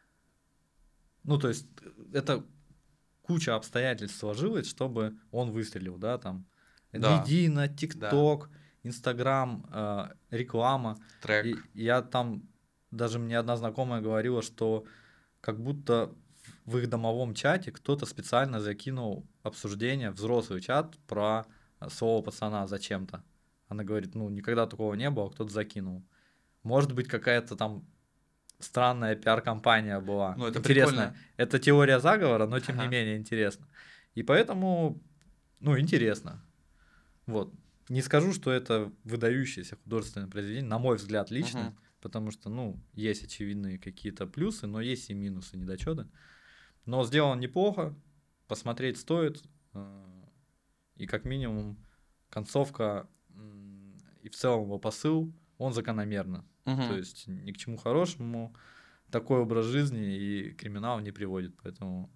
Ну, то есть, э, это куча обстоятельств сложилось, чтобы он выстрелил, да, там. Да, Медийно, да, ТикТок, Инстаграм, э, реклама. трек. И я там, даже мне одна знакомая говорила, что как будто в их домовом чате кто-то специально закинул обсуждение, взрослый чат про э, слово пацана зачем-то. Она говорит, ну, никогда такого не было, кто-то закинул. Может быть, какая-то там странная пиар-компания была. Ну, это Интересная. прикольно. Это теория заговора, но тем не Ага. менее интересно. И поэтому, ну, интересно. Вот. Не скажу, что это выдающееся художественное произведение, на мой взгляд, лично, Угу. потому что, ну, есть очевидные какие-то плюсы, но есть и минусы, недочеты. Но сделано неплохо, посмотреть стоит, э, и как минимум концовка м, и в целом его посыл, он закономерно. То Угу. есть ни к чему хорошему такой образ жизни и криминал не приводит, поэтому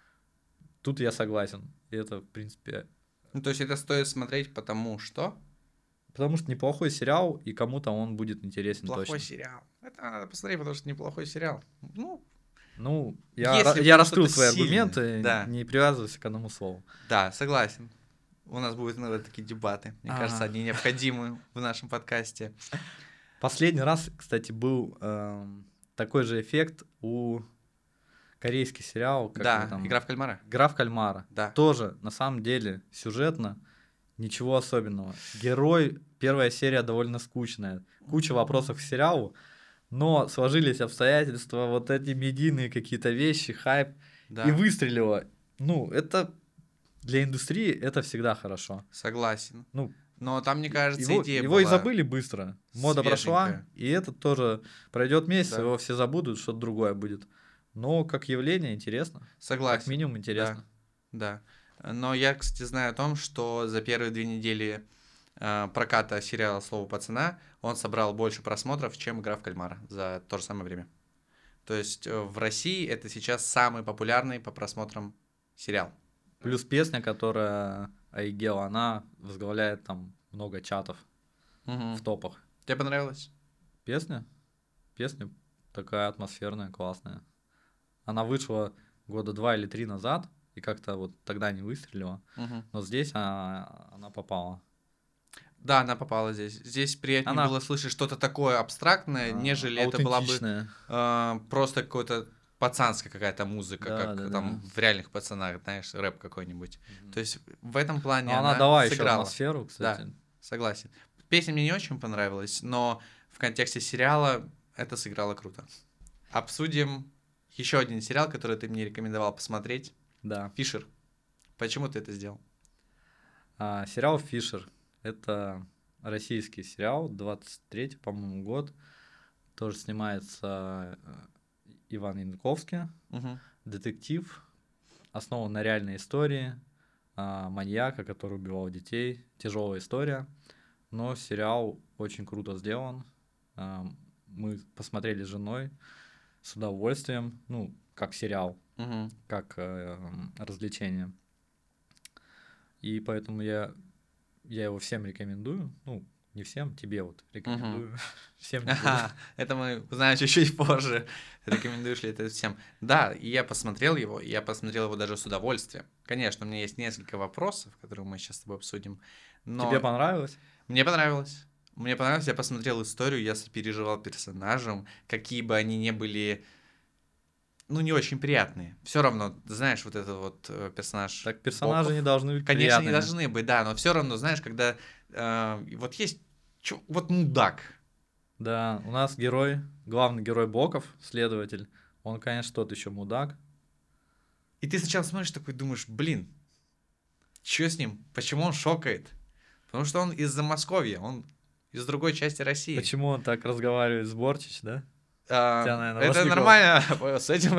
тут я согласен. И это, в принципе, Ну, то есть это стоит смотреть, потому что потому что неплохой сериал, и кому-то он будет интересен плохой точно. сериал. Это надо посмотреть, потому что неплохой сериал. Ну, Ну, я, ра- если в я нем раскрыл что-то свои сильное. аргументы, Да, не привязывайся к одному слову. да, согласен. У нас будут иногда такие дебаты. Мне кажется, А, они необходимы в нашем подкасте. Последний раз, кстати, был эм, такой же эффект у корейский сериал, как его Да, там, игра в кальмара. «Игра в кальмара». Да. Тоже, на самом деле, сюжетно ничего особенного. Герой, первая серия довольно скучная. Куча вопросов к сериалу, но сложились обстоятельства, вот эти медийные какие-то вещи, хайп, и Да, выстрелило. Ну, это для индустрии это всегда хорошо. согласен. Ну, Но там, мне и- кажется, его, идея его и была забыли быстро. Мода прошла, свеженькая. и этот тоже пройдет месяц, Да, его все забудут, что-то другое будет. Но как явление интересно. Как согласен. минимум Да, интересно. да. Но я, кстати, знаю о том, что за первые две недели э, проката сериала «Слово пацана» он собрал больше просмотров, чем «Игра в кальмара» за то же самое время. То есть э, в России это сейчас самый популярный по просмотрам сериал. Плюс песня, которая Айгел, она возглавляет там много чатов в Мгм. топах. Тебе понравилось? Песня? Песня такая атмосферная, классная. Она вышла года два или три назад, и как-то вот тогда не выстрелила. Мгм. Но здесь она, она попала. Да, она попала здесь. Здесь приятнее Она было слышать что-то такое абстрактное, а, нежели это была бы аутентичная. э, просто какой-то пацанская какая-то музыка, Да, как да, там да. в реальных пацанах, знаешь, рэп какой-нибудь. Мгм. То есть в этом Но плане она она дала еще сыграла. атмосферу, Да, кстати. согласен. Песня мне не очень понравилась, но в контексте сериала это сыграло круто. Обсудим Еще один сериал, который ты мне рекомендовал посмотреть. Да. Фишер. Почему ты это сделал? А, сериал «Фишер». Это российский сериал, двадцать третий, по-моему, год. Тоже снимается э, Иван Янковский. Угу. Детектив, основан на реальной истории а, маньяка, который убивал детей. Тяжелая история, но сериал очень круто сделан. А, мы посмотрели с женой с удовольствием, ну, как сериал, Угу. как э, развлечение. И поэтому я, я его всем рекомендую. Ну, не всем, тебе вот рекомендую. Всем не буду. Ага, это мы узнаем чуть-чуть позже. Рекомендуешь ли это всем? Да, и я посмотрел его, и я посмотрел его даже с удовольствием. Конечно, у меня есть несколько вопросов, которые мы сейчас с тобой обсудим. Но Тебе понравилось? мне понравилось. Мне понравилось, я посмотрел историю, я сопереживал персонажам, какие бы они ни были, ну, не очень приятные. Все равно, знаешь, вот этот вот э, персонаж Так персонажи Боков, не должны быть конечно, не приятными. должны быть, да, но все равно, знаешь, когда э, вот есть чё- вот мудак. Да, у нас герой, главный герой Боков, следователь, он, конечно, тот еще мудак. И ты сначала смотришь такой, думаешь, блин, что с ним? Почему он шокает? Потому что он из Замосковья, он из другой части России. Почему он так разговаривает с Бортич, да? А, Тебя, наверное, это вовлекло. нормально с этим.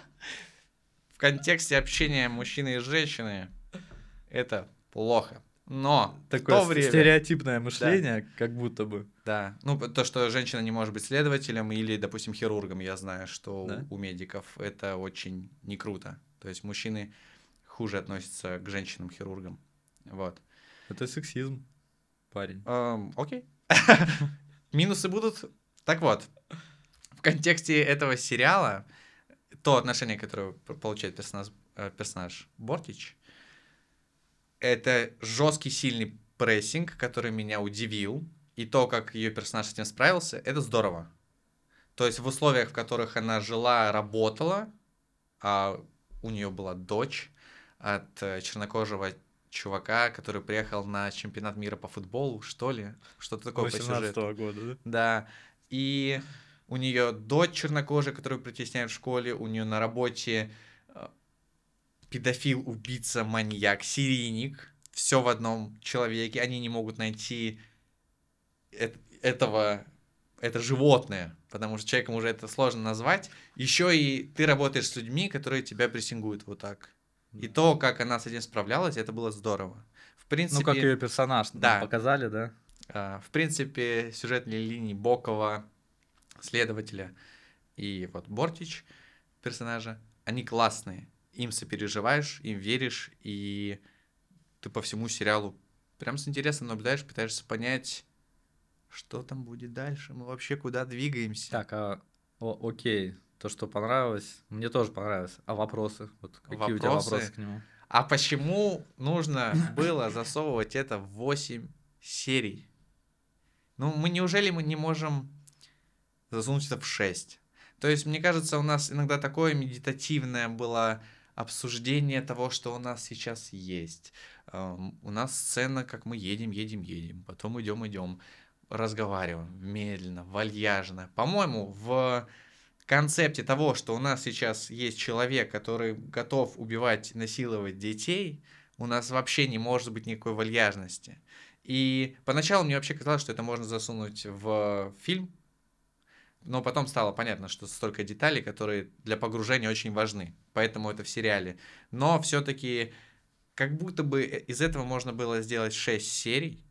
В контексте общения мужчины и женщины это плохо. Но в Такое то время... стереотипное мышление, как будто бы. Да, ну то, что женщина не может быть следователем или, допустим, хирургом, я знаю, что Да? у медиков это очень не круто. То есть мужчины хуже относятся к женщинам-хирургам. Вот. Это сексизм, парень. Эм, окей. Минусы будут. Так вот, в контексте этого сериала, то отношение, которое п- получает персонаж, э, персонаж Бортич, это жесткий, сильный прессинг, который меня удивил. И то, как ее персонаж с этим справился, это здорово. То есть в условиях, в которых она жила, работала, а у нее была дочь от э, чернокожего чувака, который приехал на чемпионат мира по футболу, что ли, что-то такое по сюжету. восемнадцатого года, да? Да, и у нее дочь чернокожая, которую притесняют в школе, у нее на работе э, педофил, убийца, маньяк, серийник, все в одном человеке, они не могут найти э- этого, это животное, потому что человеком уже это сложно назвать. Еще и ты работаешь с людьми, которые тебя прессингуют вот так. И Да. то, как она с этим справлялась, это было здорово. В принципе, Ну, как ее персонаж нам да. показали, да? а, в принципе, сюжетные линии Бокова, следователя и вот Бортич, персонажа, они классные. Им сопереживаешь, им веришь, и ты по всему сериалу прям с интересом наблюдаешь, пытаешься понять, что там будет дальше, мы вообще куда двигаемся. Так, а о- окей, то, что понравилось, мне тоже понравилось. А вопросы? Вот какие у тебя Вопросы? вопросы к нему? А почему нужно было засовывать это в восемь серий? Ну, мы неужели мы не можем засунуть это в шесть? То есть, мне кажется, у нас иногда такое медитативное было обсуждение того, что у нас сейчас есть. Эм, У нас сцена, как мы едем, едем, едем, потом идем, идем, разговариваем медленно, вальяжно. По-моему, в концепте того, что у нас сейчас есть человек, который готов убивать, насиловать детей, у нас вообще не может быть никакой вальяжности. И поначалу мне вообще казалось, что это можно засунуть в фильм, но потом стало понятно, что столько деталей, которые для погружения очень важны, поэтому это в сериале. Но все-таки как будто бы из этого можно было сделать шесть серий,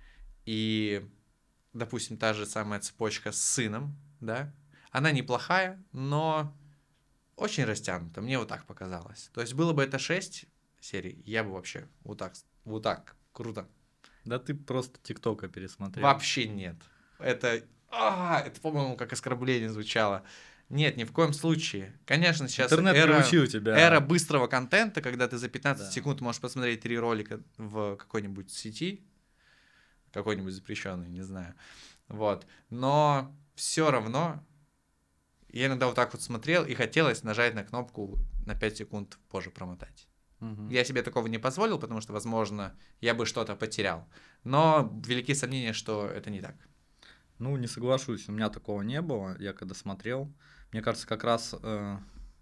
и, допустим, та же самая цепочка с сыном, да, она неплохая, но очень растянута, мне вот так показалось. То есть было бы это шесть серий, я бы вообще вот так, вот так, круто. Да ты просто ТикТока пересмотрел. Вообще нет. Это, а, это, по-моему, как оскорбление звучало. Нет, ни в коем случае. Конечно, сейчас Интернет эра, приучил тебя. эра быстрого контента, когда ты за пятнадцать Да. секунд можешь посмотреть три ролика в какой-нибудь сети, какой-нибудь запрещенный, не знаю. Вот. Но все равно я иногда вот так вот смотрел, и хотелось нажать на кнопку на пять секунд позже промотать. Мгм. Я себе такого не позволил, потому что, возможно, я бы что-то потерял. Но велики сомнения, что это не так. Ну, не соглашусь, у меня такого не было. Я когда смотрел, мне кажется, как раз э,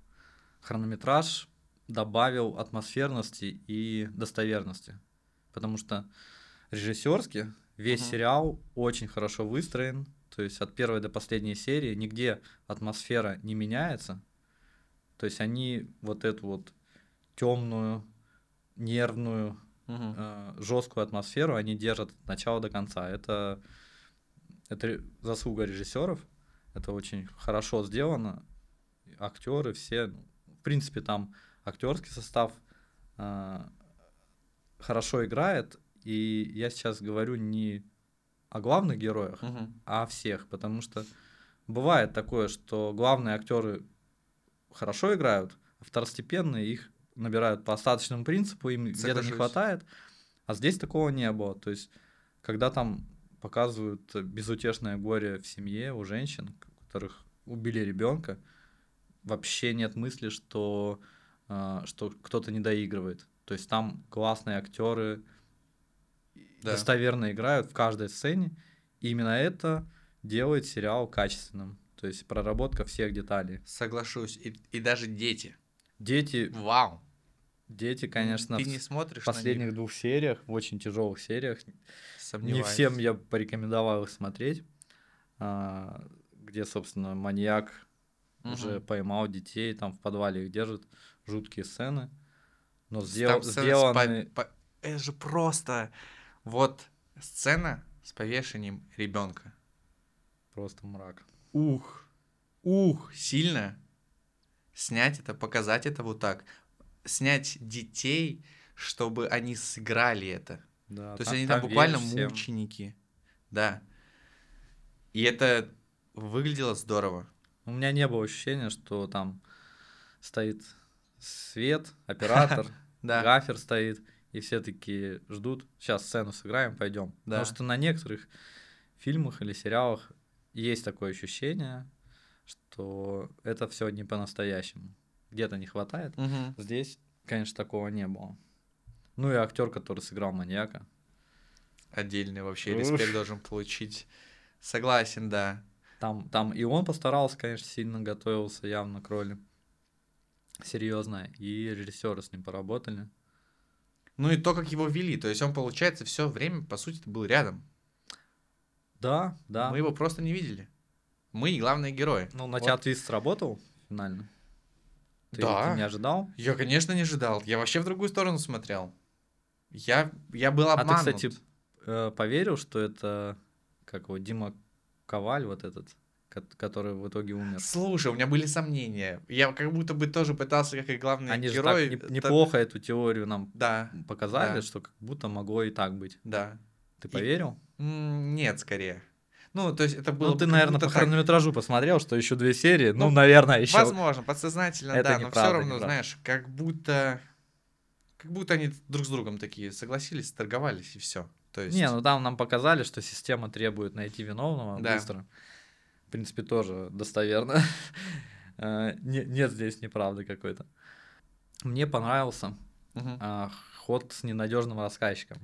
хронометраж добавил атмосферности и достоверности. Потому что режиссерски весь Мгм. сериал очень хорошо выстроен. То есть от первой до последней серии нигде атмосфера не меняется. То есть они вот эту вот темную, нервную, Мгм. э, жесткую атмосферу они держат от начала до конца. Это, это ре- заслуга режиссеров. Это очень хорошо сделано. Актеры все, ну, в принципе, там актерский состав э, хорошо играет. И я сейчас говорю не о главных героях, Мгм. а о всех, потому что бывает такое, что главные актеры хорошо играют, а второстепенные их набирают по остаточному принципу, им где-то не Соглашусь. хватает, а здесь такого не было. То есть, когда там показывают безутешное горе в семье у женщин, у которых убили ребенка, вообще нет мысли, что, а, что кто-то не доигрывает. То есть там классные актеры Да. достоверно играют в каждой сцене, и именно это делает сериал качественным. То есть проработка всех деталей. Соглашусь. И, и даже дети. Дети, Вау. дети, М, конечно, Ты в не с- смотришь на них, последних двух сериях, в очень тяжелых сериях, не всем сомневаюсь. я порекомендовал их смотреть, а, где, собственно, маньяк уже Мгм. поймал детей, там в подвале их держит, жуткие сцены, но С- Там сдел- сцена с по- сделаны по- Это же просто... Вот сцена с повешением ребенка. просто мрак. Ух. Ух. Сильно снять это, показать это вот так. Снять детей, чтобы они сыграли это. Да, То есть там, они там там буквально веришь всем. мученики. Да. И это выглядело здорово. У меня не было ощущения, что там стоит свет, оператор, Да, гафер стоит, и все такие ждут, сейчас сцену сыграем, пойдем. Потому да. что на некоторых фильмах или сериалах есть такое ощущение, что это все не по-настоящему. Где-то не хватает. Мгм. Здесь, конечно, такого не было. Ну и актер, который сыграл маньяка. Отдельный вообще Уф. респект должен получить. Согласен, да. Там, там и он постарался, конечно, сильно готовился явно к роли. Серьезно. И режиссеры с ним поработали. Ну и то, как его вели. То есть он, получается, все время, по сути, был рядом. Да, Мы да. его просто не видели. Мы и главные герои. Ну, на тебя Вот. твист сработал финально? Ты, ты не Да. ожидал? Я, конечно, не ожидал. Я вообще в другую сторону смотрел. Я, я был А ты, кстати, обманут. э, поверил, что это, как его, Дима Коваль, вот этот, ко- который в итоге умер? Слушай, у меня были сомнения. Я как будто бы тоже пытался, как и главный Они же так герой. не- это- неплохо эту теорию нам Да, показали, да, что как будто могло и так быть. да. Ты И поверил? м, нет, скорее. Ну, то есть это Ну, было ты, бы как наверное, будто по так. хронометражу посмотрел, что еще две серии. Ну, Ну, наверное, еще. возможно, подсознательно, Это да, но все неправда, равно, неправда. знаешь, как будто, как будто они друг с другом такие согласились, торговались и все. То Не, есть, ну там нам показали, что система требует найти виновного да. быстро. В принципе, тоже достоверно. Э, не- Нет здесь неправды какой-то. Мне понравился Мгм. а, ход с ненадежным рассказчиком,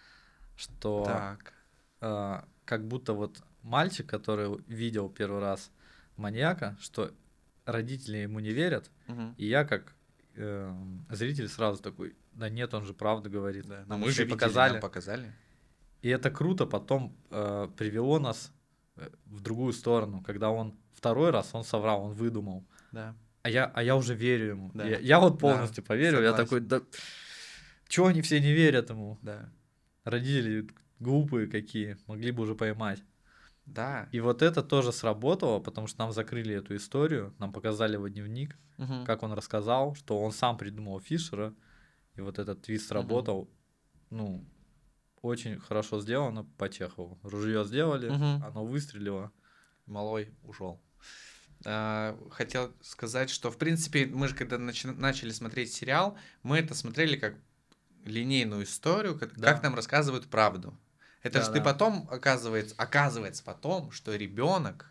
что Так. а, как будто вот мальчик, который видел первый раз маньяка, что родители ему не верят, Мгм. и я как эм, зритель сразу такой, да нет, он же правду говорит. Да. Но Нам мы еще же и видели, показали. нам показали. И это круто потом э, привело нас э, в другую сторону, когда он второй раз он соврал, он выдумал. Да. А я, а я уже верю ему. Да. Я, я вот Да. полностью поверил. Я такой, Согласен. да чего они все не верят ему? Да. Родители глупые какие, могли бы уже поймать. Да. И вот это тоже сработало, потому что нам закрыли эту историю, нам показали его дневник, Мгм. как он рассказал, что он сам придумал Фишера, и вот этот твист Мгм. сработал. Ну, очень хорошо сделано по Чехову. Ружье сделали, Мгм. оно выстрелило. Малой ушел. А, Хотел сказать, что, в принципе, мы же когда начи- начали смотреть сериал, мы это смотрели как линейную историю, как, Да. как нам рассказывают правду. Это Да, же ты да. потом, оказывается, оказывается потом, что ребенок,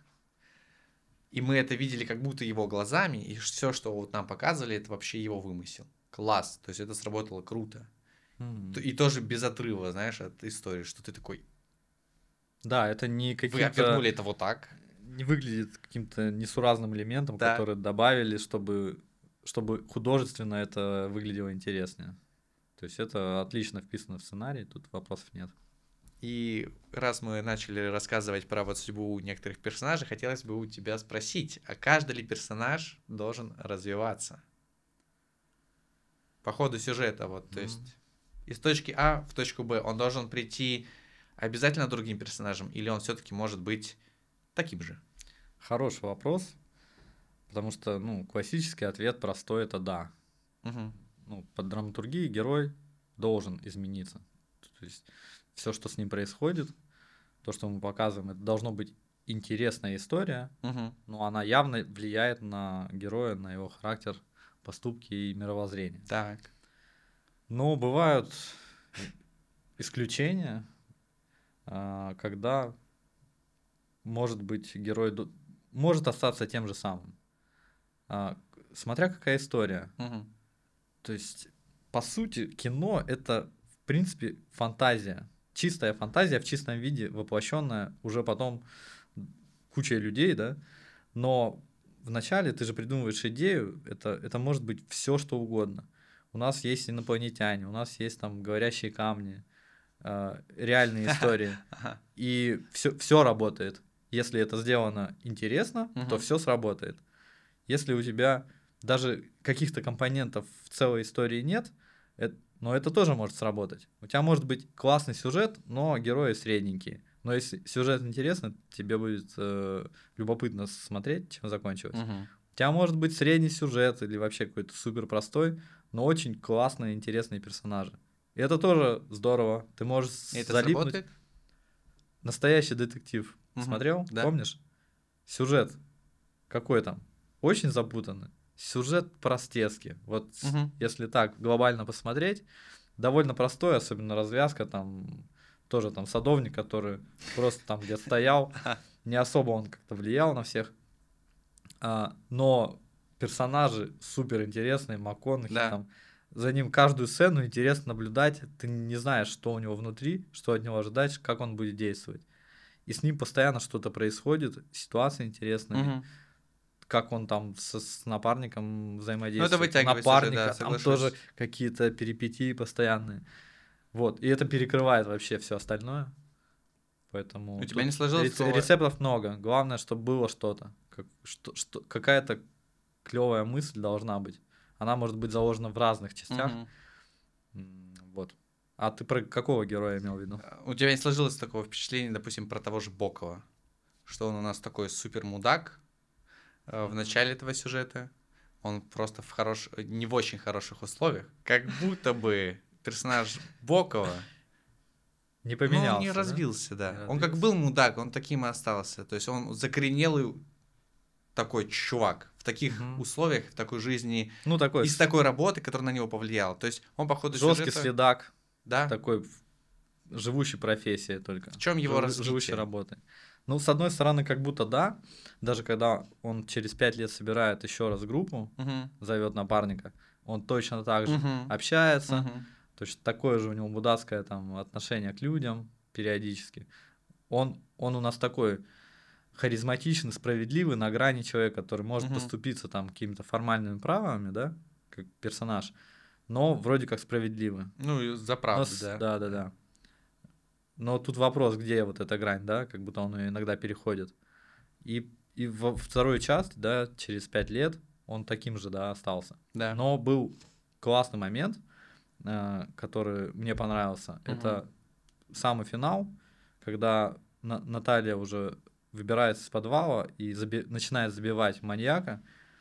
и мы это видели как будто его глазами, и все, что вот нам показывали, это вообще его вымысел. Класс. То есть это сработало круто. М. Т- И тоже без отрыва, знаешь, от истории, что ты такой, Да, это не вы каким-то... обернули это вот так. Не выглядит каким-то несуразным элементом, Да. который добавили, чтобы чтобы художественно это выглядело интереснее. То есть это отлично вписано в сценарий, тут вопросов нет. И раз мы начали рассказывать про вот судьбу некоторых персонажей, хотелось бы у тебя спросить, а каждый ли персонаж должен развиваться по ходу сюжета? Вот, то есть mm-hmm. из точки А в точку Б он должен прийти обязательно другим персонажем, или он все-таки может быть таким же? Хороший вопрос, потому что, ну, классический ответ простой — это да. Угу. Ну, по драматургии герой должен измениться. То есть все, что с ним происходит, то, что мы показываем, это должно быть интересная история, угу. но она явно влияет на героя, на его характер, поступки и мировоззрение. Так. Но бывают исключения, когда, может быть, герой может остаться тем же самым. Смотря какая история. Угу. То есть, по сути, кино — это, в принципе, фантазия. Чистая фантазия в чистом виде, воплощенная уже потом кучей людей, да. Но вначале ты же придумываешь идею, это, это может быть все, что угодно. У нас есть инопланетяне, у нас есть там говорящие камни, э, реальные истории. И все, все работает. Если это сделано интересно, то все сработает. Если у тебя даже каких-то компонентов в целой истории нет, это, но это тоже может сработать. У тебя может быть классный сюжет, но герои средненькие. Но если сюжет интересный, тебе будет э, любопытно смотреть, чем закончилось. Uh-huh. У тебя может быть средний сюжет или вообще какой-то супер простой, но очень классные, интересные персонажи. И это тоже здорово. Ты можешь И это залипнуть. Сработает? Настоящий детектив. Uh-huh. Смотрел? Да. Помнишь? Сюжет какой там? Очень запутанный. Сюжет простецкий. Вот uh-huh. если так глобально посмотреть, довольно простой, особенно развязка, там тоже там садовник, который просто там где-то стоял, не особо он как-то влиял на всех, а, но персонажи супер интересные, МакКонахи, да. там, за ним каждую сцену интересно наблюдать, ты не знаешь, что у него внутри, что от него ожидать, как он будет действовать. И с ним постоянно что-то происходит, ситуации интересные, uh-huh. как он там со, с напарником взаимодействует. Ну, это вытягивается Напарника, уже, да, там тоже какие-то перипетии постоянные. Вот, и это перекрывает вообще все остальное. Поэтому у тебя не сложилось рец- слово... рецептов много. Главное, чтобы было что-то. Как, что, что, какая-то клевая мысль должна быть. Она может быть заложена в разных частях. Uh-huh. Вот. А ты про какого героя имел в виду? У тебя не сложилось такого впечатления, допустим, про того же Бокова, что он у нас такой супер мудак э, в начале этого сюжета, он просто в хорош... не в очень хороших условиях, как будто бы персонаж Бокова не поменялся, ну, не да? развился, да. Не он развился. как был мудак, он таким и остался. То есть он закоренелый такой чувак в таких угу. условиях, в такой жизни, ну, такой из такой работы, которая на него повлияла. То есть он по ходу жесткий сюжета... следак, да? такой живущий профессией только. В чем его Жив... развитие? Живущей работой. Ну, с одной стороны, как будто да, даже когда он через пять лет собирает еще раз группу, угу. зовет напарника, он точно так же угу. общается, угу. точно такое же у него мудацкое там отношение к людям периодически. Он, он у нас такой харизматичный, справедливый, на грани человек, который может угу. поступиться там какими-то формальными правами, да, как персонаж, но вроде как справедливый. Ну, за правду, но, да. Да, да, да. Но тут вопрос, где вот эта грань, да, как будто он ее иногда переходит. И, и во вторую часть, да, через пять лет он таким же, да, остался. Да. Но был классный момент, э, который мне понравился. Угу. Это самый финал, когда На- Наталья уже выбирается из подвала и заби- начинает забивать маньяка,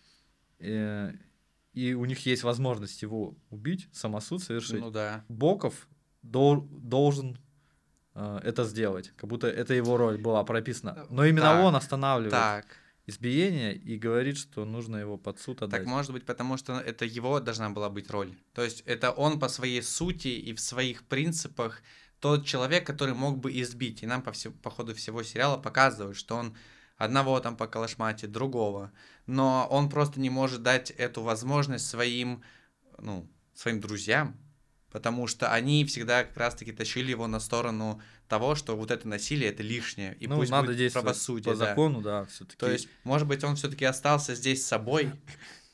э, и у них есть возможность его убить, самосуд совершить. Ну да. Боков дол- должен э, это сделать, как будто это его роль была прописана. Но именно так, он останавливает так. избиение и говорит, что нужно его под суд отдать. Так может быть, потому что это его должна была быть роль. То есть это он по своей сути и в своих принципах тот человек, который мог бы избить. И нам по, все, по ходу всего сериала показывают, что он одного там поколошматит, другого. Но он просто не может дать эту возможность своим, ну, своим друзьям, потому что они всегда как раз-таки тащили его на сторону того, что вот это насилие, это лишнее. И ну, пусть надо будет действовать правосудие. по да. закону, да, все-таки. То есть, может быть, он все-таки остался здесь с собой,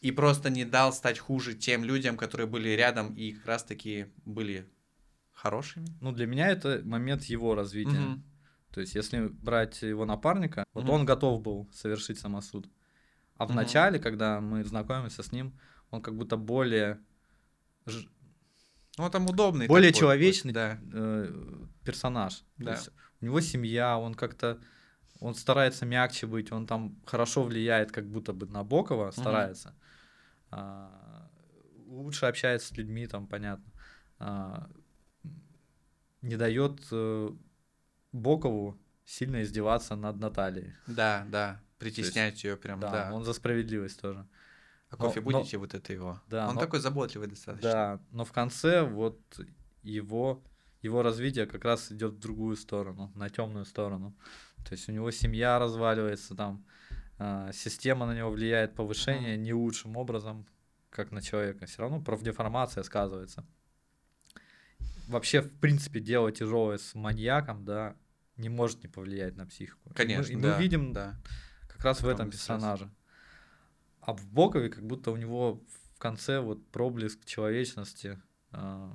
и просто не дал стать хуже тем людям, которые были рядом и как раз-таки были хорошими. Ну, для меня это момент его развития. Мгм. То есть, если брать его напарника, вот Мгм. он готов был совершить самосуд. А в Мгм. начале, когда мы знакомимся с ним, он как будто более, ж- Ну, там удобный более такой путь, человечный да. э, персонаж. То Да. есть, у него семья, он как-то, он старается мягче быть, он там хорошо влияет как будто бы на Бокова, старается. А, лучше общается с людьми, там, понятно. А, не дает э, Бокову сильно издеваться над Натальей. Да, да. То есть, Притеснять ее прям, да, да. он за справедливость тоже. А Но, кофе но, будете? Вот это его. да, Он но, такой заботливый достаточно. да, но в конце вот его, его развитие как раз идет в другую сторону, на темную сторону. То есть у него семья разваливается, там а, система на него влияет, повышение Мгм. не лучшим образом, как на человека. Все равно профдеформация сказывается. Вообще, в принципе, дело тяжелое с маньяком, да, не может не повлиять на психику. И мы, и Конечно, мы да, видим да. как раз в этом Огромный стресс. персонаже. А в Бокове как будто у него в конце вот проблеск человечности а,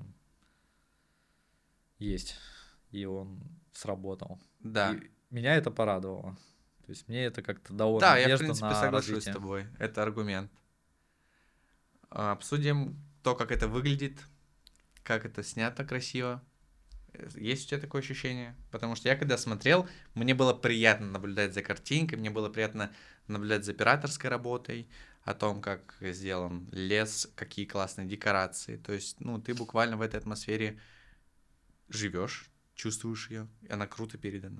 есть, и он сработал. Да. И меня это порадовало. То есть мне это как-то дало Да, я в надежду принципе на соглашусь с развитие. тобой. Это аргумент. А, Обсудим то, как это выглядит, как это снято красиво. Э, Есть у тебя такое ощущение? Потому что я когда смотрел, мне было приятно наблюдать за картинкой, мне было приятно наблюдать за операторской работой, о том, как сделан лес, какие классные декорации. То есть, ну, ты буквально в этой атмосфере живешь, чувствуешь ее, и она круто передана.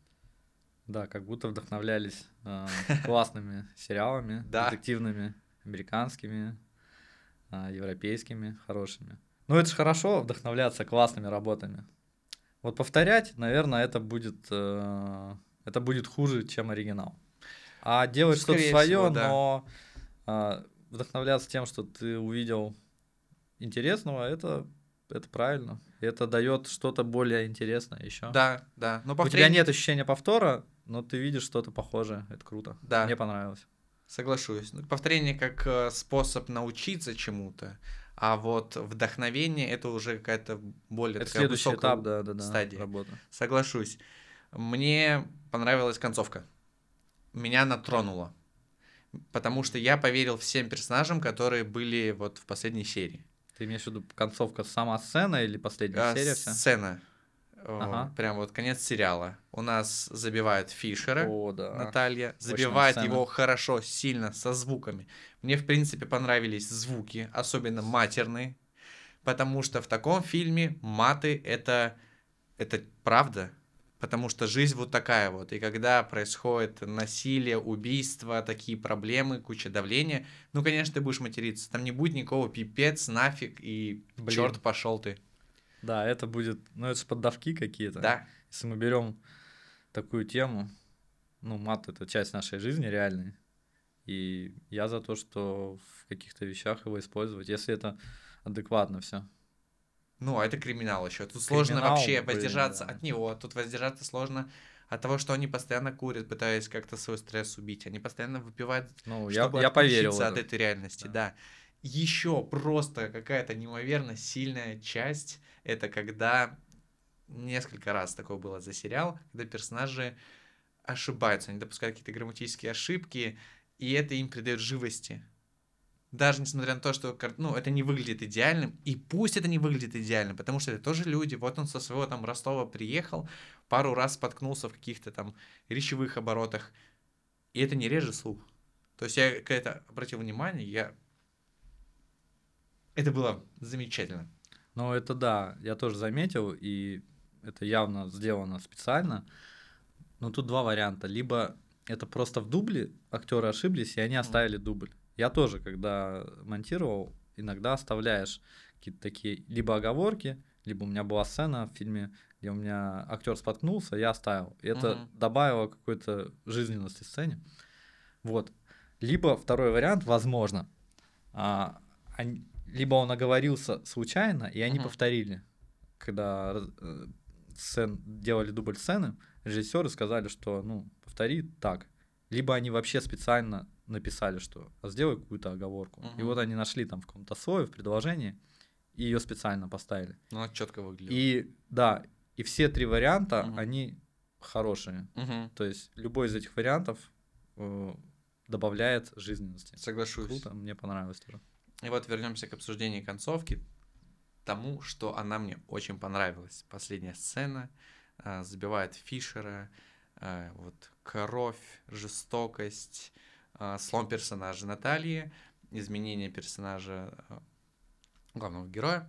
Да, как будто вдохновлялись а, классными сериалами, Да. детективными, американскими, а, европейскими, хорошими. Ну, это же хорошо вдохновляться классными работами. Вот повторять, наверное, это будет, э, это будет хуже, чем оригинал. А делать что-то Скорее свое, всего, да. но а, вдохновляться тем, что ты увидел интересного, это, это правильно. Это дает что-то более интересное еще. Да, да. Но У тебя повторение... нет ощущения повтора, но ты видишь что-то похожее. Это круто. Мне Да, понравилось. соглашусь. Ну, повторение как э, способ научиться чему-то, а вот вдохновение это уже какая-то более Это такая следующий высокая этап, да, да, да, стадия. работы. Соглашусь. Мне понравилась концовка. Меня она тронула. Потому что я поверил всем персонажам, которые были вот в последней серии. Ты имеешь в виду концовка сама сцена или последняя А, серия вся? сцена. О, Ага. прям вот конец сериала. У нас забивают Фишера, О, да. Наталья, Мощная забивает сцена. его хорошо, сильно, со звуками. Мне, в принципе, понравились звуки, особенно матерные, потому что в таком фильме маты это, это правда, потому что жизнь вот такая вот. И когда происходит насилие, убийство, такие проблемы, куча давления, ну, конечно, ты будешь материться. Там не будет никакого пипец, нафиг, и Блин. черт пошел ты. Да, это будет, ну это же поддавки какие-то. Да. Если мы берем такую тему, ну мат это часть нашей жизни реальной, и я за то, что в каких-то вещах его использовать, если это адекватно все. Ну, а это криминал еще. Тут сложно Криминал, вообще блин, воздержаться да. от него. Тут воздержаться сложно от того, что они постоянно курят, пытаясь как-то свой стресс убить. Они постоянно выпивают, Ну, я, чтобы я поверил в отключиться от это. этой реальности. Да. Да. Еще просто какая-то неимоверно сильная часть, это когда несколько раз такое было за сериал, когда персонажи ошибаются, они допускают какие-то грамматические ошибки, и это им придает живости. Даже несмотря на то, что ну, это не выглядит идеальным, и пусть это не выглядит идеальным, потому что это тоже люди. Вот он со своего там Ростова приехал, пару раз споткнулся в каких-то там речевых оборотах, и это не режет слух. То есть я когда обратил внимание, я... Это было замечательно. Ну, это да, я тоже заметил, и это явно сделано специально. Но тут два варианта. Либо это просто в дубле актеры ошиблись, и они оставили дубль. Я тоже, когда монтировал, иногда оставляешь какие-то такие либо оговорки, либо у меня была сцена в фильме, где у меня актер споткнулся, я оставил. И это Мгм. добавило какой-то жизненности сцене. Вот. Либо второй вариант, возможно, а, они- либо он оговорился случайно, и они Мгм. повторили. Когда раз- э, сцен, делали дубль сцены, режиссеры сказали, что ну, повтори так. Либо они вообще специально написали, что «А сделай какую-то оговорку». Мгм. И вот они нашли там в каком-то слое, в предложении, и ее специально поставили. Ну, она четко выглядела. И да, и все три варианта, Мгм. они хорошие. Мгм. То есть любой из этих вариантов э, добавляет жизненности. Соглашусь. Круто, мне понравилось тоже. И вот вернемся к обсуждению концовки, тому, что она мне очень понравилась. Последняя сцена а, забивает Фишера, а, вот кровь, жестокость, а, слом персонажа Натальи, изменение персонажа а, главного героя.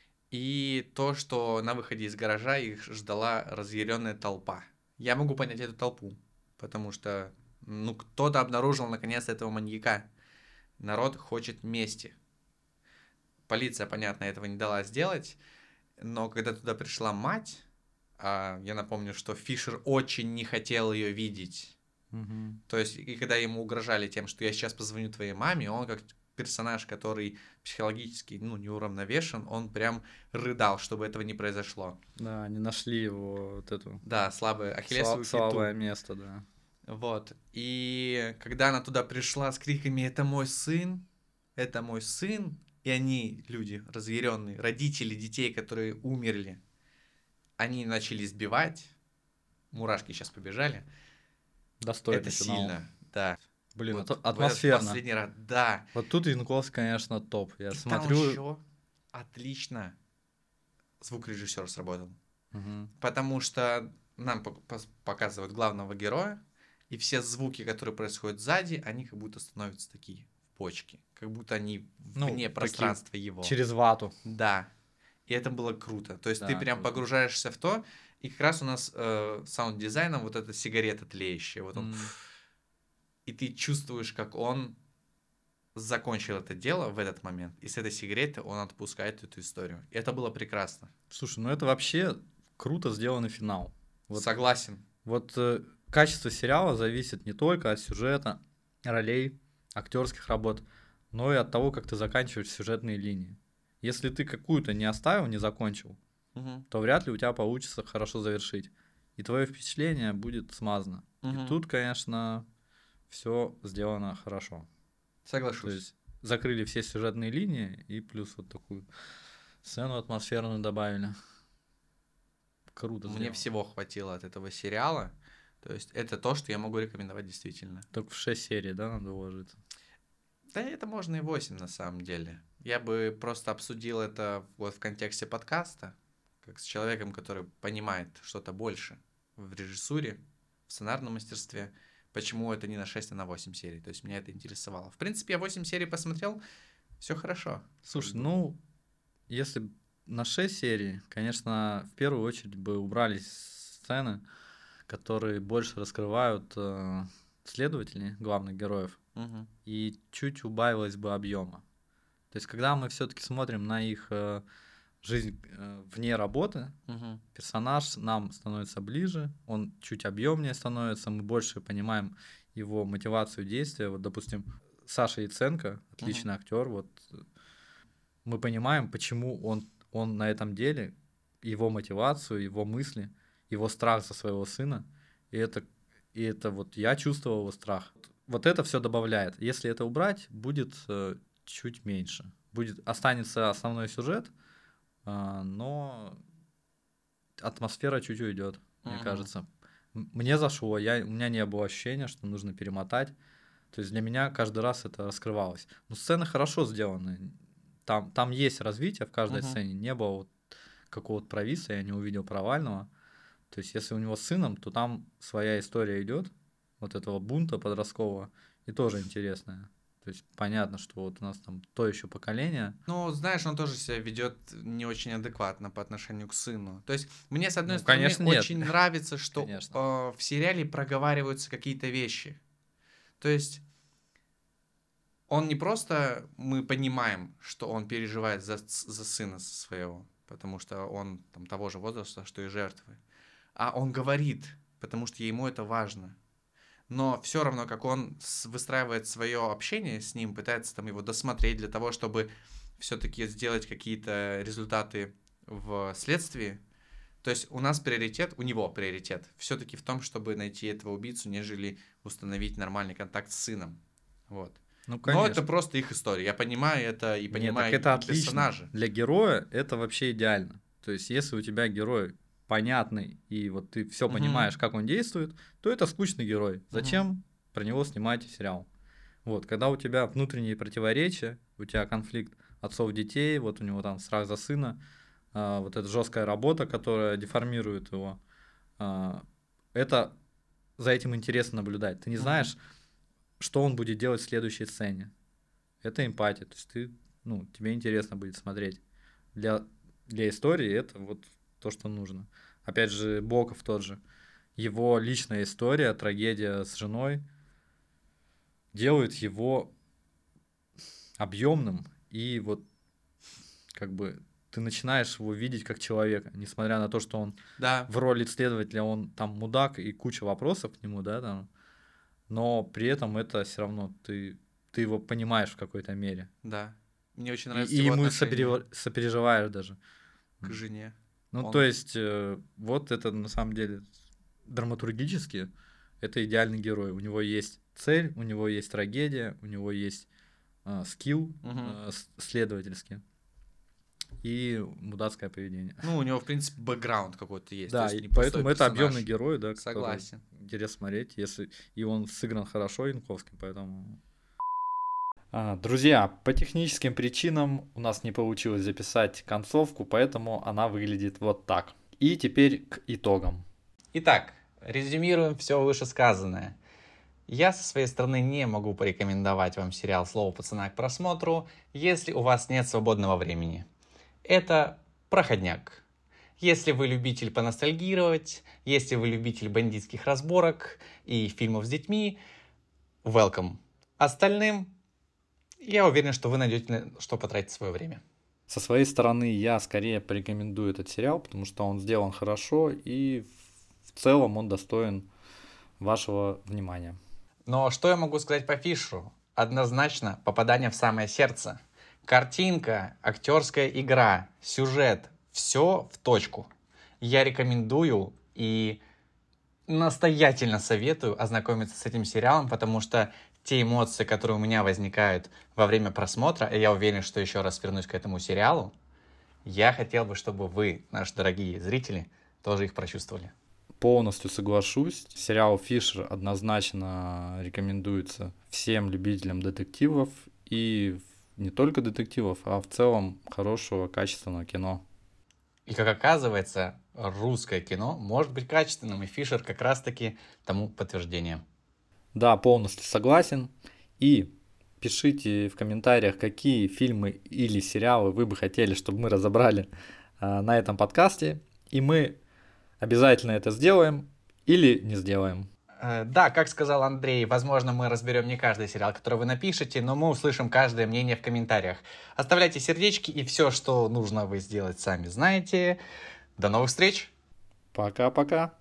И то, что на выходе из гаража их ждала разъяренная толпа. Я могу понять эту толпу, потому что ну, кто-то обнаружил наконец этого маньяка. Народ хочет мести. Полиция, понятно, этого не дала сделать, но когда туда пришла мать, а я напомню, что Фишер очень не хотел ее видеть. Мгм. То есть, и когда ему угрожали тем, что я сейчас позвоню твоей маме, он как персонаж, который психологически, ну, неуравновешен, он прям рыдал, чтобы этого не произошло. Да, они нашли его вот эту Да, слабое сла- ахиллесовую пяту. слабое место, да. Вот. И когда она туда пришла с криками «Это мой сын! Это мой сын!» И они, люди разъяренные, родители детей, которые умерли, они начали избивать. Мурашки сейчас побежали. Достойный Это финал. сильно, да. Блин, Вот это в этот атмосферно. последний раз, да. Вот тут Янковский, конечно, топ. Я И там смотрю. еще отлично звукорежиссер сработал. Мгм. Потому что нам пок- пос- показывают главного героя, и все звуки, которые происходят сзади, они как будто становятся такие в почке. Как будто они Ну, вне такие пространства его. Через вату. Да. И это было круто. То есть ты Да, прям круто. погружаешься в то, и как раз у нас э, саунд-дизайном вот эта сигарета тлеющая. Вот он. М. И ты чувствуешь, как он закончил это дело в этот момент, и с этой сигареты он отпускает эту историю. И это было прекрасно. Слушай, ну это вообще круто сделанный финал. Вот, Согласен. вот э, качество сериала зависит не только от сюжета, ролей, актерских работ, но и от того, как ты заканчиваешь сюжетные линии. Если ты какую-то не оставил, не закончил, Мгм. то вряд ли у тебя получится хорошо завершить. И твое впечатление будет смазано. Мгм. И тут, конечно, все сделано хорошо. То Соглашусь. есть закрыли все сюжетные линии и плюс вот такую сцену атмосферную добавили. Круто Мне сделано. всего хватило от этого сериала. То есть это то, что я могу рекомендовать действительно. Только в шесть серий, да, надо уложиться? Да это можно и восемь на самом деле. Я бы просто обсудил это вот в контексте подкаста, как с человеком, который понимает что-то больше в режиссуре, в сценарном мастерстве. Почему это не на шесть, а на восемь серий. То есть меня это интересовало. В принципе, я восемь серий посмотрел, все хорошо. Слушай, Как бы. ну, если б на шесть серий, конечно, в первую очередь бы убрались сцены, которые больше раскрывают э, следователей, главных героев, Мгм. и чуть убавилось бы объема. То есть, когда мы все-таки смотрим на их э, жизнь э, вне работы, Мгм. персонаж нам становится ближе, он чуть объемнее становится, мы больше понимаем его мотивацию действия. Вот, допустим, Саша Яценко, отличный актер, вот э, мы понимаем, почему он, он на этом деле, его мотивацию, его мысли, его страх за своего сына, и это, и это вот я чувствовал его страх. Вот это все добавляет. Если это убрать, будет э, чуть меньше. Будет, останется основной сюжет, а, но атмосфера чуть уйдет, мне Мгм. кажется. М- Мне зашло, я, у меня не было ощущения, что нужно перемотать. То есть для меня каждый раз это раскрывалось. Но сцены хорошо сделаны. Там, там есть развитие в каждой Мгм. сцене. Не было вот какого-то провиса, я не увидел провального. То есть если у него с сыном, то там своя история идет, вот этого бунта подросткового, и тоже интересная. То есть понятно, что вот у нас там то еще поколение. Ну, знаешь, он тоже себя ведет не очень адекватно по отношению к сыну. То есть мне, с одной Ну, стороны, конечно, нет. очень нравится, что Конечно. э, в сериале проговариваются какие-то вещи. То есть он не просто, мы понимаем, что он переживает за, ц- за сына своего, потому что он там того же возраста, что и жертвы, а он говорит, потому что ему это важно. Но все равно, как он с- выстраивает свое общение с ним, пытается там его досмотреть для того, чтобы все-таки сделать какие-то результаты в следствии. То есть у нас приоритет, у него приоритет все-таки в том, чтобы найти этого убийцу, нежели установить нормальный контакт с сыном. Вот. Ну, Но конечно. это просто их история. Я понимаю это и Нет, понимаю так это и отлично. персонажа. Для героя это вообще идеально. То есть, если у тебя герой понятный, и вот ты все Мгм. понимаешь, как он действует, то это скучный герой. Мгм. Зачем про него снимать сериал? Вот, когда у тебя внутренние противоречия, у тебя конфликт отцов-детей, вот у него там страх за сына, а, вот эта жесткая работа, которая деформирует его, а, это за этим интересно наблюдать. Ты не Мгм. знаешь, что он будет делать в следующей сцене. Это эмпатия, то есть ты, ну, тебе интересно будет смотреть. Для, для истории это вот то, что нужно. Опять же, Боков тот же. Его личная история, трагедия с женой делает его объемным, и вот как бы ты начинаешь его видеть как человека, несмотря на то, что он Да. в роли исследователя, он там мудак и куча вопросов к нему, да, там, но при этом это все равно ты, ты его понимаешь в какой-то мере. Да. Мне очень И, нравится и его ему отношение соперева- сопереживаешь даже. к жене. Ну, Он- то есть, э, вот это на самом деле драматургически это идеальный герой. У него есть цель, у него есть трагедия, у него есть а, скилл Мгм. а, с- следовательский и мудацкое поведение. Ну, у него, в принципе, бэкграунд какой-то есть. то Да, есть и не пустой поэтому это персонаж. объемный герой, да, который Согласен. интересно смотреть, если и он сыгран хорошо Янковским, поэтому. А, друзья, по техническим причинам у нас не получилось записать концовку, поэтому она выглядит вот так. И теперь к итогам. Итак, резюмируем все вышесказанное. Я со своей стороны не могу порекомендовать вам сериал «Слово пацана» к просмотру, если у вас нет свободного времени. Это проходняк. Если вы любитель поностальгировать, если вы любитель бандитских разборок и фильмов с детьми, welcome. Остальным, я уверен, что вы найдете на что потратить свое время. Со своей стороны я скорее порекомендую этот сериал, потому что он сделан хорошо и в целом он достоин вашего внимания. Но что я могу сказать по Фишеру? Однозначно попадание в самое сердце. Картинка, актерская игра, сюжет, все в точку. Я рекомендую и настоятельно советую ознакомиться с этим сериалом, потому что те эмоции, которые у меня возникают во время просмотра, и я уверен, что еще раз вернусь к этому сериалу, я хотел бы, чтобы вы, наши дорогие зрители, тоже их прочувствовали. Полностью соглашусь. Сериал «Фишер» однозначно рекомендуется всем любителям детективов и не только детективов, а в целом хорошего, качественного кино. И как оказывается, русское кино может быть качественным, и Фишер как раз-таки тому подтверждение. Да, полностью согласен. И пишите в комментариях, какие фильмы или сериалы вы бы хотели, чтобы мы разобрали э, на этом подкасте. И мы обязательно это сделаем или не сделаем. Э, Да, как сказал Андрей, возможно, мы разберем не каждый сериал, который вы напишете, но мы услышим каждое мнение в комментариях. Оставляйте сердечки, и все, что нужно вы сделать, сами знаете. До новых встреч! Пока-пока.